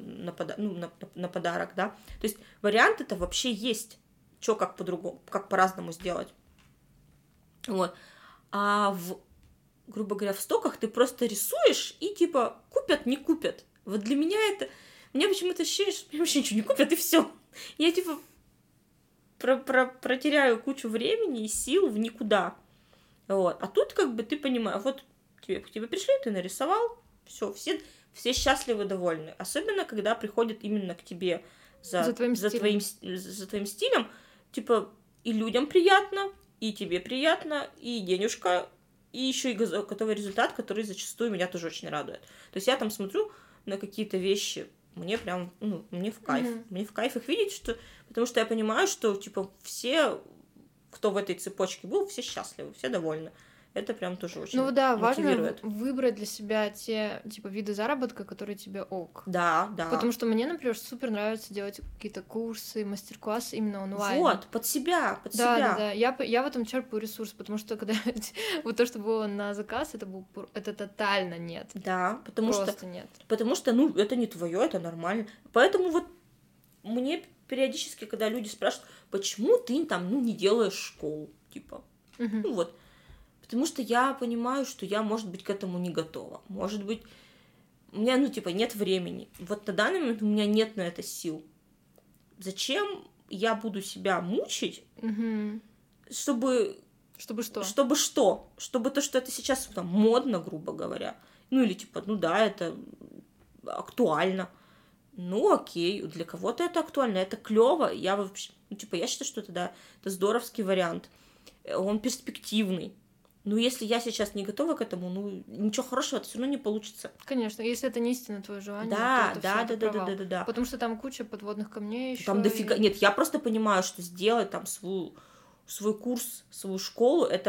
на подарок, да. То есть вариант это вообще есть. Чё, как по-другому, как по-разному сделать. Вот. А грубо говоря, в стоках ты просто рисуешь и типа купят, не купят. Вот для меня это... Мне почему-то ощущение, что мне вообще ничего не купят, и все. Я типа протеряю кучу времени и сил в никуда. Вот. А тут как бы ты понимаешь, вот к тебе пришли, ты нарисовал, все счастливы, довольны. Особенно, когда приходят именно к тебе за твоим стилем. Типа, и людям приятно, и тебе приятно, и денежка, и еще и готовый результат, который зачастую меня тоже очень радует. То есть я там смотрю на какие-то вещи, мне прям, мне в кайф. Мне в кайф их видеть, потому что я понимаю, что, типа, все, кто в этой цепочке был, все счастливы, все довольны. Это прям тоже очень мотивирует. Важно выбрать для себя те, типа, виды заработка, которые тебе ок. Да. Потому что мне, например, супер нравится делать какие-то курсы, мастер-классы именно онлайн. Вот, под себя. Да. Я в этом черпаю ресурс, потому что когда вот то, что было на заказ, это тотально нет. Да, Просто нет. Потому что, это не твое, это нормально. Поэтому вот мне периодически, когда люди спрашивают, почему ты там, не делаешь школу, типа, вот. Потому что я понимаю, что я, может быть, к этому не готова. Может быть, у меня, нет времени. Вот на данный момент у меня нет на это сил. Зачем я буду себя мучить, чтобы... Чтобы что? Чтобы что? Чтобы то, что это сейчас там модно, грубо говоря. Или типа, это актуально. Окей, для кого-то это актуально, это клево. Я вообще, я считаю, что это здоровский вариант. Он перспективный. Если я сейчас не готова к этому, ничего хорошего это все равно не получится. Конечно, если это не истинно твое желание, да, то это провал. Да. Потому что там куча подводных камней еще. Там дофига. Нет, я просто понимаю, что сделать там свой курс, свою школу, это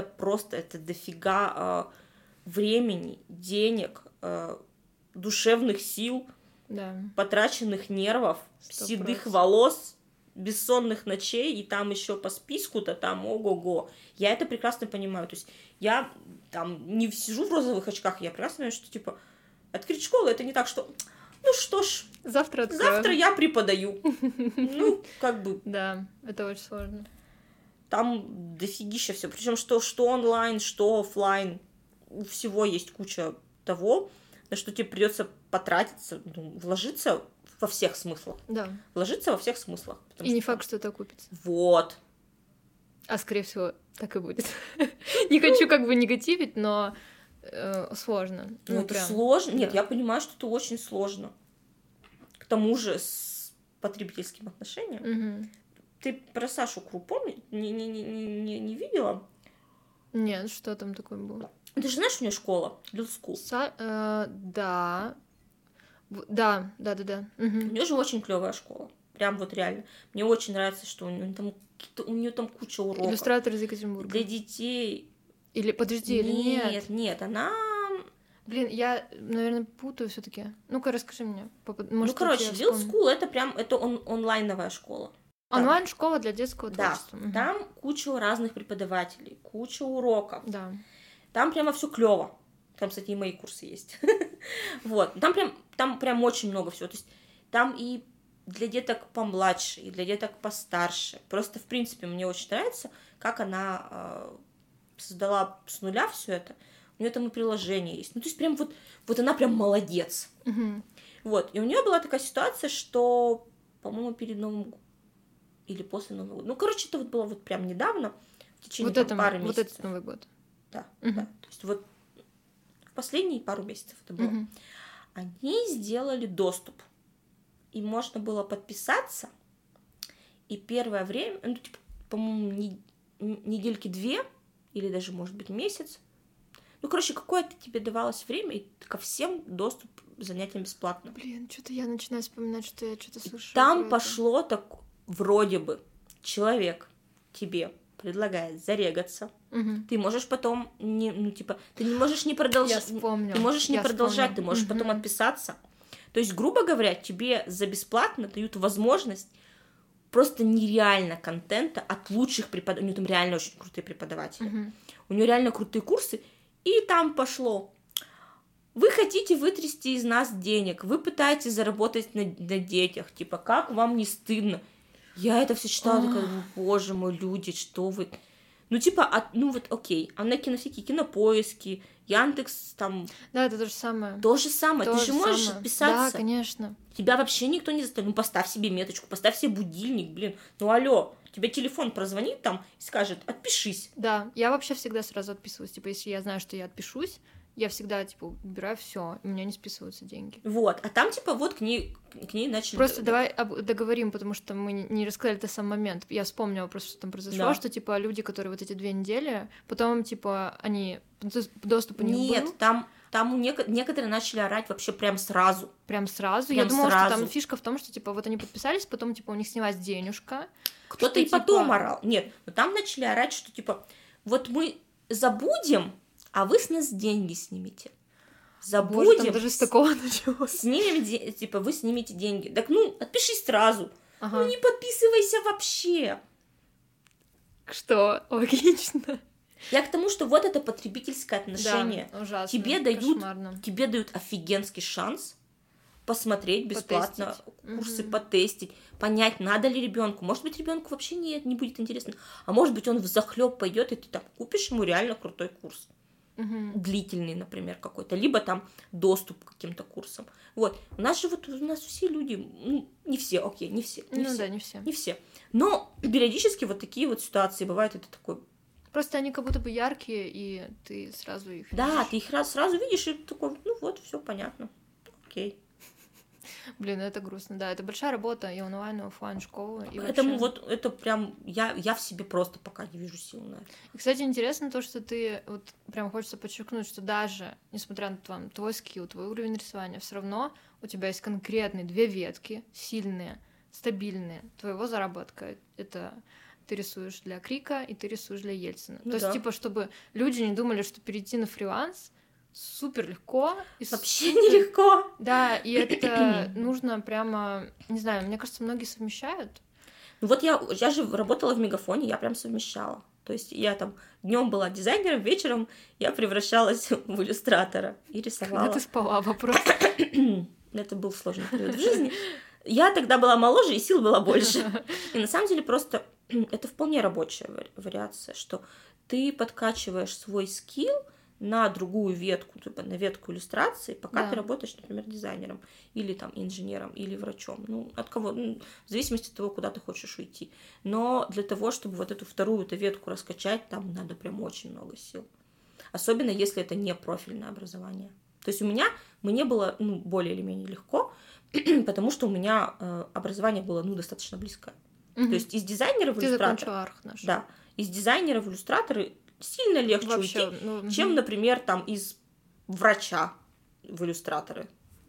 дофига времени, денег, душевных сил, потраченных нервов, 100%. Седых волос, бессонных ночей, и там еще по списку-то там ого-го. Я это прекрасно понимаю. То есть я там не сижу в розовых очках, я прекрасно понимаю, что, типа, открыть школу, это не так, что, что ж, завтра я преподаю. Как бы. Да, это очень сложно. Там дофигища все. Причем что онлайн, что офлайн. У всего есть куча того, на что тебе придется потратиться, вложиться в во всех смыслах. Да. Вложиться во всех смыслах. И не факт, что это окупится. Вот. А скорее всего, так и будет. Не хочу как бы негативить, но сложно. Ну, это сложно. Нет, я понимаю, что это очень сложно. К тому же с потребительским отношением. Ты про Сашу Кру помнишь? Не видела? Нет, что там такое было? Ты же знаешь, у нее школа, Little School. Да. Да. У нее же очень клевая школа. Прям вот реально. Мне очень нравится, что у нее там куча уроков. Иллюстратор из Екатеринбурга. Для детей. Или подожди, или нет? Нет, она... Блин, я, наверное, путаю все-таки. Ну-ка, расскажи мне. Может, короче, Little School это онлайновая школа. Онлайн-школа для детского творчества. Да, там куча разных преподавателей, куча уроков. Да. Там прямо все клево. Там, кстати, и мои курсы есть. Вот. Там прям очень много всего. То есть там и для деток помладше, и для деток постарше. Просто, в принципе, мне очень нравится, как она создала с нуля все это. У нее там и приложение есть. Ну, то есть прям вот она прям молодец. Вот. И у нее была такая ситуация, что, по-моему, перед Новым годом или после Нового года. Ну, короче, это вот было вот прям недавно, в течение пары месяцев. Вот этот Новый год. Да, да. То есть вот в последние пару месяцев это было. Они сделали доступ. И можно было подписаться. И первое время, ну, типа, по-моему, недельки 2, или даже, может быть, месяц. Ну, короче, какое-то тебе давалось время, и ко всем доступ к занятиям бесплатно. Блин, что-то я начинаю вспоминать, что я что-то слышала. Там пошло так, вроде бы, человек тебе предлагает зарегаться. Ты можешь потом ты не можешь не продолжать. Я вспомню. Ты можешь не продолжать, ты можешь потом отписаться. То есть, грубо говоря, тебе за бесплатно дают возможность просто нереально контента от лучших преподавателей. У нее там реально очень крутые преподаватели. У нее реально крутые курсы. И там пошло. Вы хотите вытрясти из нас денег, вы пытаетесь заработать на детях. Типа, как вам не стыдно? Я это все читала, такая, боже мой, люди, что вы... Ну, типа, окей, а на всякие Кинопоиски, Яндекс, там... Да, это то же самое. То же самое, ты же можешь отписаться. Да, конечно. Тебя вообще никто не заставит. Ну, поставь себе меточку, поставь себе будильник, блин. Ну, алло, тебе телефон прозвонит там и скажет, отпишись. Да, я вообще всегда сразу отписываюсь. Типа, если я знаю, что я отпишусь, я всегда, типа, убираю все, у меня не списываются деньги. Вот, а там, типа, вот к ней начали... Просто давай договорим, потому что мы не рассказали это сам момент. Я вспомнила просто, что там произошло, что, типа, люди, которые вот эти 2 недели, потом, типа, они... Доступ у них был. Нет, там некоторые начали орать вообще прям сразу. Прям сразу? Я думала, что там фишка в том, что, типа, вот они подписались, потом, типа, у них снялась денежка. Кто-то и потом орал. Нет, но там начали орать, что, типа, вот мы забудем, а вы с нас деньги снимете. Забудем. Боже, там даже с такого началось. Снимем, типа, вы снимете деньги. Так, отпишись сразу. Ага. Ну, не подписывайся вообще. Что? Логично. Я к тому, что вот это потребительское отношение. Да, ужасно. Тебе дают офигенский шанс посмотреть бесплатно, курсы потестить, понять, надо ли ребенку. Может быть, ребенку вообще не будет интересно. А может быть, он взахлёб пойдет, и ты там купишь ему реально крутой курс. Длительный, например, какой-то, либо там доступ к каким-то курсам. Вот. У нас все люди, не все, окей, не все. Не все. Но периодически вот такие вот ситуации бывают, это такой... Просто они как будто бы яркие, и ты сразу их видишь. Да, ты их сразу видишь, и такой, все понятно. Окей. Блин, это грустно, да. Это большая работа и онлайн, и офлайн школы. И поэтому вообще... вот это прям, я в себе просто пока не вижу сил на это. И, кстати, интересно то, что ты, вот прям хочется подчеркнуть, что даже, несмотря на твой скилл, твой уровень рисования, все равно у тебя есть конкретные 2 ветки, сильные, стабильные твоего заработка. Это... Ты рисуешь для Крика, и ты рисуешь для Ельцина. То есть, типа, чтобы люди не думали, что перейти на фриланс супер легко. Вообще нелегко. Да, и это нужно прямо... Не знаю, мне кажется, многие совмещают. Ну вот я же работала в Мегафоне, я прям совмещала. То есть я там днем была дизайнером, вечером я превращалась в иллюстратора и рисовала. Когда ты спала, вопрос. Это был сложный период в жизни. Я тогда была моложе, и сил было больше. И на самом деле просто... Это вполне рабочая вариация, что ты подкачиваешь свой скилл на другую ветку, типа на ветку иллюстрации, пока ты работаешь, например, дизайнером или там инженером или врачом. Ну, от кого? Ну, в зависимости от того, куда ты хочешь уйти. Но для того, чтобы вот эту вторую-то ветку раскачать, там надо прям очень много сил. Особенно, если это не профильное образование. То есть мне было более или менее легко, потому что у меня образование было достаточно близкое. То есть из дизайнера в иллюстратора... Да, из дизайнера в иллюстраторы сильно легче уйти, чем, например, там из врача в иллюстраторы.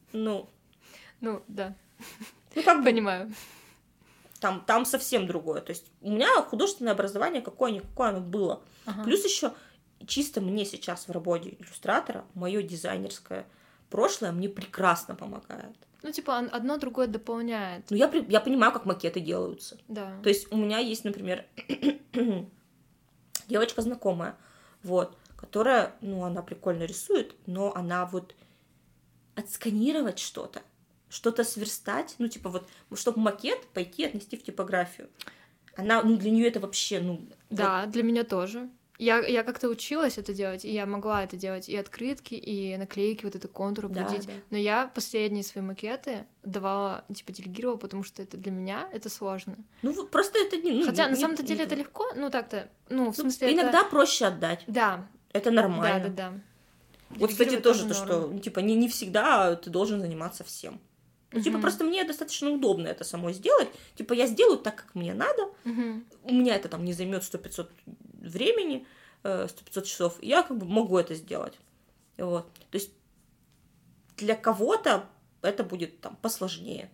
Да. Как понимаю. Там совсем другое. То есть у меня художественное образование какое-никакое оно было. Плюс еще чисто мне сейчас в работе иллюстратора мое дизайнерское прошлое мне прекрасно помогает. Одно другое дополняет. Я понимаю, как макеты делаются. Да. То есть у меня есть, например, девочка знакомая, которая, она прикольно рисует, но она отсканировать что-то сверстать, чтобы макет пойти отнести в типографию. Она, для нее это вообще, Да, для меня тоже. Я как-то училась это делать, и я могла это делать, и открытки, и наклейки, это контур обводить. Да. Но я последние свои макеты давала, делегировала, потому что это для меня это сложно. Просто это не... Хотя на самом-то деле это легко, так-то, в смысле иногда проще отдать. Да. Это нормально. Да. Кстати, тоже то, что, не всегда ты должен заниматься всем. Просто мне достаточно удобно это самой сделать. Я сделаю так, как мне надо. У меня это не займет 100-500 времени, 100-500 часов. Я могу это сделать. То есть для кого-то это будет посложнее.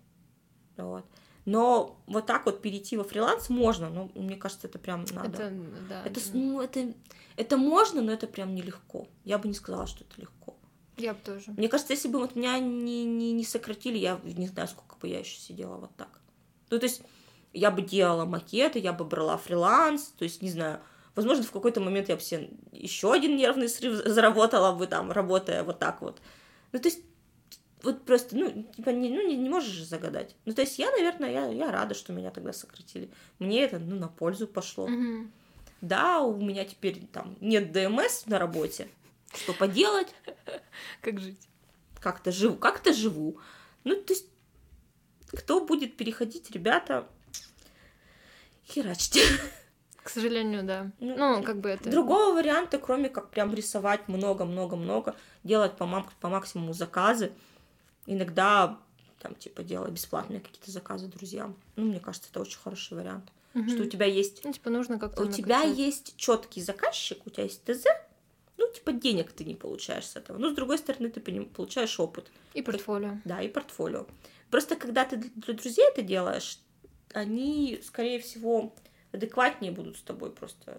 Но так перейти во фриланс можно, но мне кажется, это прям надо. Это можно, но это прям нелегко. Я бы не сказала, что это легко. Я бы тоже. Мне кажется, если бы меня не сократили, я не знаю, сколько бы я еще сидела вот так. То есть я бы делала макеты, я бы брала фриланс, то есть, не знаю, возможно, в какой-то момент я бы себе еще один нервный срыв заработала бы работая вот так вот. То есть просто, не можешь же загадать. То есть я, наверное, я рада, что меня тогда сократили. Мне это, на пользу пошло. Да, у меня теперь нет ДМС на работе. Что поделать? Как жить? Как-то живу. То есть, кто будет переходить, ребята, херачьте. К сожалению, да. Это... Другого варианта, кроме как прям рисовать много-много-много, делать по максимуму заказы, иногда делать бесплатные какие-то заказы друзьям. Мне кажется, это очень хороший вариант. Что у тебя есть... нужно как-то у тебя есть четкий заказчик, у тебя есть ТЗ, денег ты не получаешь с этого. Но, с другой стороны, ты получаешь опыт. И портфолио. Да, и портфолио. Просто, когда ты для друзей это делаешь, они, скорее всего, адекватнее будут с тобой просто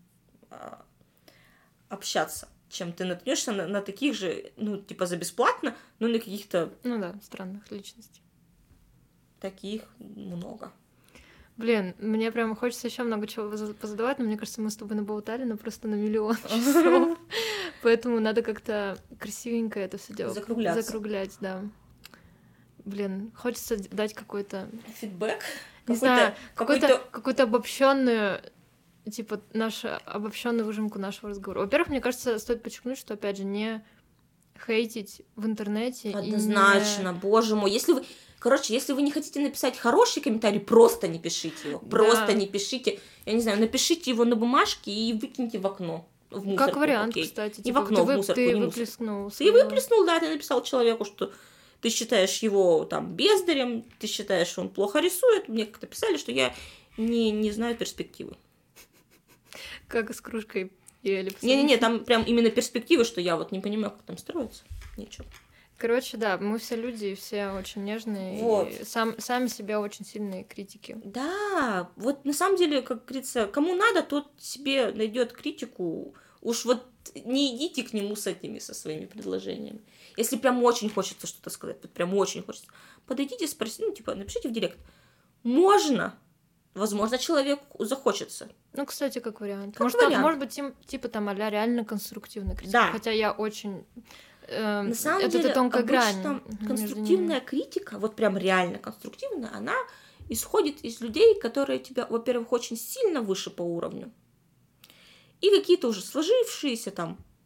общаться, чем ты наткнешься на таких же, за бесплатно, но на каких-то... странных личностей. Таких много. Блин, мне прям хочется еще много чего позадавать, но мне кажется, мы с тобой наболтали, просто на миллион часов. Поэтому надо как-то красивенько это все делать. Закруглять, да. Блин, хочется дать какой-то... Фидбэк? Не знаю, какую-то обобщенную, обобщенную выжимку нашего разговора. Во-первых, мне кажется, стоит подчеркнуть, что, опять же, не хейтить в интернете. Однозначно, боже мой. Если вы не хотите написать хороший комментарий, просто не пишите его. Просто не пишите. Я не знаю, напишите его на бумажке и выкиньте в окно. В мусорку. Как вариант, кстати. Не в окно, в мусорку, ты не выплеснул. Ты выплеснул, да, ты написал человеку, что ты считаешь его бездарем, ты считаешь, что он плохо рисует. Мне как-то писали, что я не знаю перспективы. Как с кружкой и эллипсом. Не-не-не, там прям именно перспективы, что я не понимаю, как там строится. Ничего. Короче, да, мы все люди, все очень нежные, и сами себя очень сильные критики. Да, на самом деле, как говорится, кому надо, тот себе найдет критику. Уж не идите к нему со своими предложениями. Если прям очень хочется что-то сказать, прям очень хочется, подойдите, спросите, напишите в директ. Можно? Возможно, человеку захочется. Кстати, как вариант. Может быть, а-ля реально конструктивная критика. Да. Хотя я очень... На самом деле, тонкая грань. Конструктивная критика, прям реально конструктивная, она исходит из людей, которые тебя, во-первых, очень сильно выше по уровню, и какие-то уже сложившиеся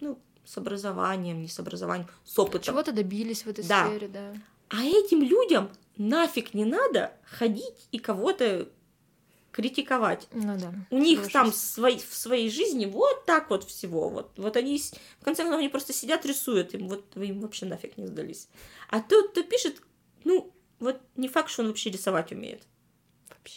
ну, с образованием, не с образованием, с опытом. Чего-то добились в этой сфере, да. А этим людям нафиг не надо ходить и кого-то критиковать. Ну да. У них там в своей жизни вот так вот всего. Вот они, в конце концов, они просто сидят, рисуют, им вот вы им вообще нафиг не сдались. А тот, кто пишет, ну, вот не факт, что он вообще рисовать умеет. Вообще.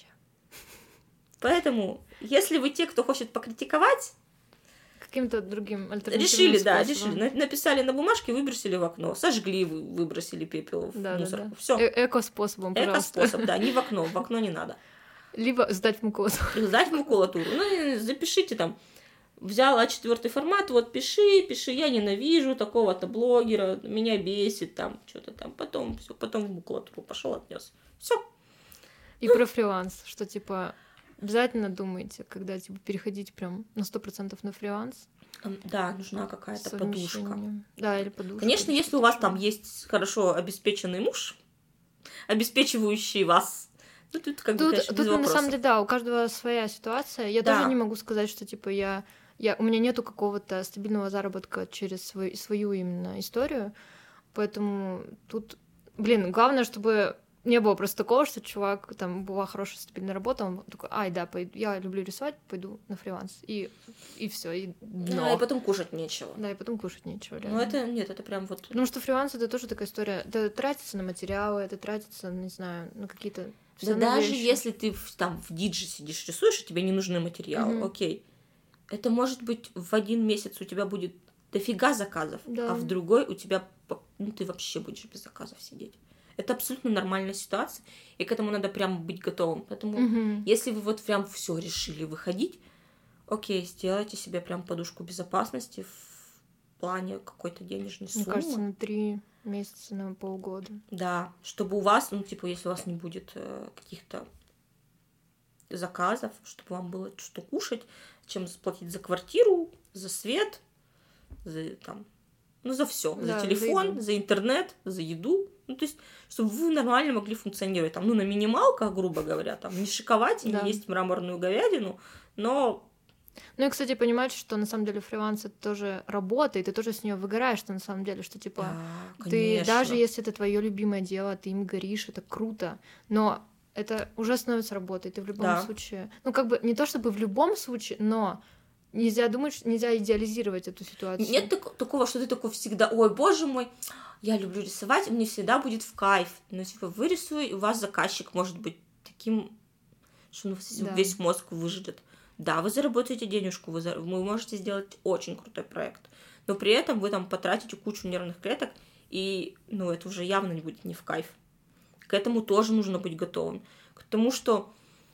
Поэтому, если вы те, кто хочет покритиковать, каким-то другим альтернативным способом. решили. Написали на бумажке, выбросили в окно, сожгли, выбросили пепел в мусорку. Всё. Эко-способом, пожалуйста. Эко-способ, да, не в окно не надо. Либо сдать в макулатуру. Сдать в макулатуру. Ну, запишите там, взял А4 формат, вот пиши, я ненавижу такого-то блогера, меня бесит, там, что-то там, потом в макулатуру пошел, отнес. Все. И про фриланс, что, типа, обязательно думайте, когда, типа, переходить прям на 100% на фриланс. Да, нужна какая-то подушка. Да, или подушка. Конечно, если у вас там есть хорошо обеспеченный муж, обеспечивающий вас, ну, тут как бы, конечно, без вопросов. На самом деле, да, у каждого своя ситуация. Я тоже не могу сказать, что, типа, у меня нету какого-то стабильного заработка через свою именно историю, поэтому тут, главное, чтобы не было просто такого, что чувак, там, была хорошая стабильная работа, он такой, я люблю рисовать, пойду на фриланс, и все, и дно. Да, и потом кушать нечего. Да, и потом кушать нечего, реально. Ну, это прям вот... Потому что фриланс — это тоже такая история, это тратится на материалы, это тратится, не знаю, на какие-то... Да даже если ты там в Дидже сидишь, рисуешь, и тебе не нужны материалы, окей. Это может быть в один месяц у тебя будет дофига заказов, а в другой у тебя, ну, ты вообще будешь без заказов сидеть. Это абсолютно нормальная ситуация, и к этому надо прям быть готовым. Поэтому, если вы вот прям все решили выходить, окей, сделайте себе прям подушку безопасности в плане какой-то денежной суммы. Мне кажется, на 3 месяца, на полгода. Да, чтобы у вас, ну, типа, если у вас не будет каких-то заказов, чтобы вам было что кушать, чем заплатить за квартиру, за свет, за там, ну, за все, да, за телефон, за интернет, за еду. Ну, то есть, чтобы вы нормально могли функционировать. Там, ну, на минималках, грубо говоря, там, не шиковать, не есть мраморную говядину, но... Ну и, кстати, понимать, что на самом деле фриланс — это тоже работа, и ты тоже с нее выгораешь, что на самом деле, что типа ты, даже если это твое любимое дело, ты им горишь, это круто, но это уже становится работой, ты в любом случае... Ну, как бы не то чтобы в любом случае, но нельзя думать, нельзя идеализировать эту ситуацию. Нет такого, что ты такой всегда, ой, боже мой, я люблю рисовать, мне всегда будет в кайф. Ну, типа, вы рисуете, у вас заказчик может быть таким, что весь мозг выжжет. Да, вы заработаете денежку, вы можете сделать очень крутой проект, но при этом вы там потратите кучу нервных клеток, и, ну, это уже явно не будет не в кайф. К этому тоже нужно быть готовым. К тому, что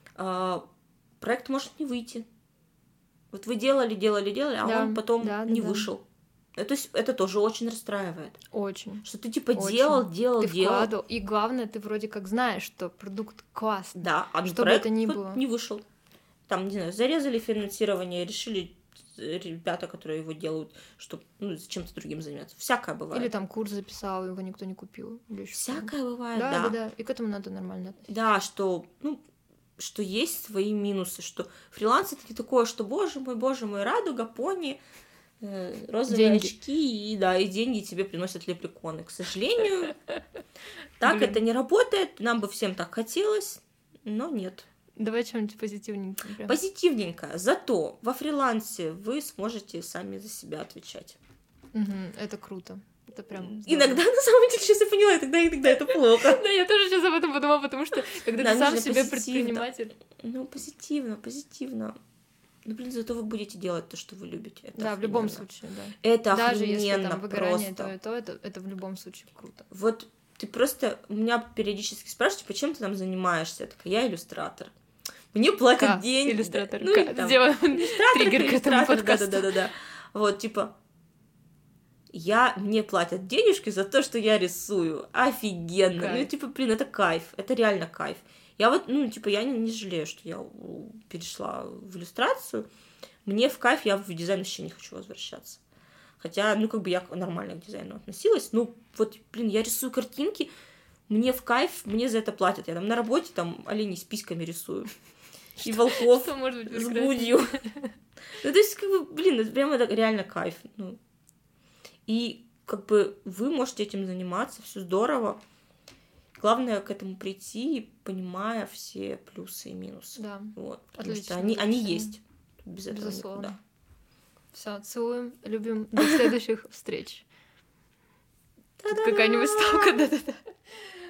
проект может не выйти. Вот вы делали, а он потом не вышел. То есть это тоже очень расстраивает. Очень. Что ты типа делал. Ты вкладывал. И главное, ты вроде как знаешь, что продукт классный. Да, а что бы это ни было. Не вышел. Там, не знаю, зарезали финансирование, решили ребята, которые его делают, чтобы чем-то другим заняться. Всякое бывает. Или там курс записал, его никто не купил. Всякое бывает, да. И к этому надо нормально относиться. Да, что есть свои минусы, что фриланс — это такое, что, боже мой, радуга, пони, розовые очки, и деньги тебе приносят лепреконы. К сожалению, так это не работает, нам бы всем так хотелось, но нет. Давай что-нибудь позитивненькое. Прям. Позитивненько. Зато во фрилансе вы сможете сами за себя отвечать. Это круто. Это прям... Иногда, на самом деле, сейчас я поняла, иногда это плохо. Да, я тоже сейчас об этом подумала, потому что когда ты сам себе предприниматель... Ну, позитивно. Ну, блин, зато вы будете делать то, что вы любите. Да, в любом случае, да. Это даже охрененно если там выгорание, просто. это в любом случае круто. Вот ты просто... Меня периодически спрашивают, почему ты там занимаешься? Я такая, я иллюстратор. Мне платят деньги. Иллюстратор. Сделаем триггер к этому подкасту. Да. Вот, типа... Мне платят денежки за то, что я рисую. Офигенно. Кайф. Ну, типа, блин, это кайф. Это реально кайф. Я вот, я не жалею, что я перешла в иллюстрацию. Мне в кайф, я в дизайн вообще не хочу возвращаться. Хотя, я нормально к дизайну относилась. Я рисую картинки, мне в кайф, мне за это платят. Я там на работе оленей с письками рисую. И волков с грудью. Ну, то есть, это прямо реально кайф. и как бы вы можете этим заниматься, все здорово. Главное к этому прийти, понимая все плюсы и минусы. Да. Вот, потому что они есть. Без этого никуда. Все, целуем, любим. До следующих встреч. Какая-нибудь ставка, да-да-да.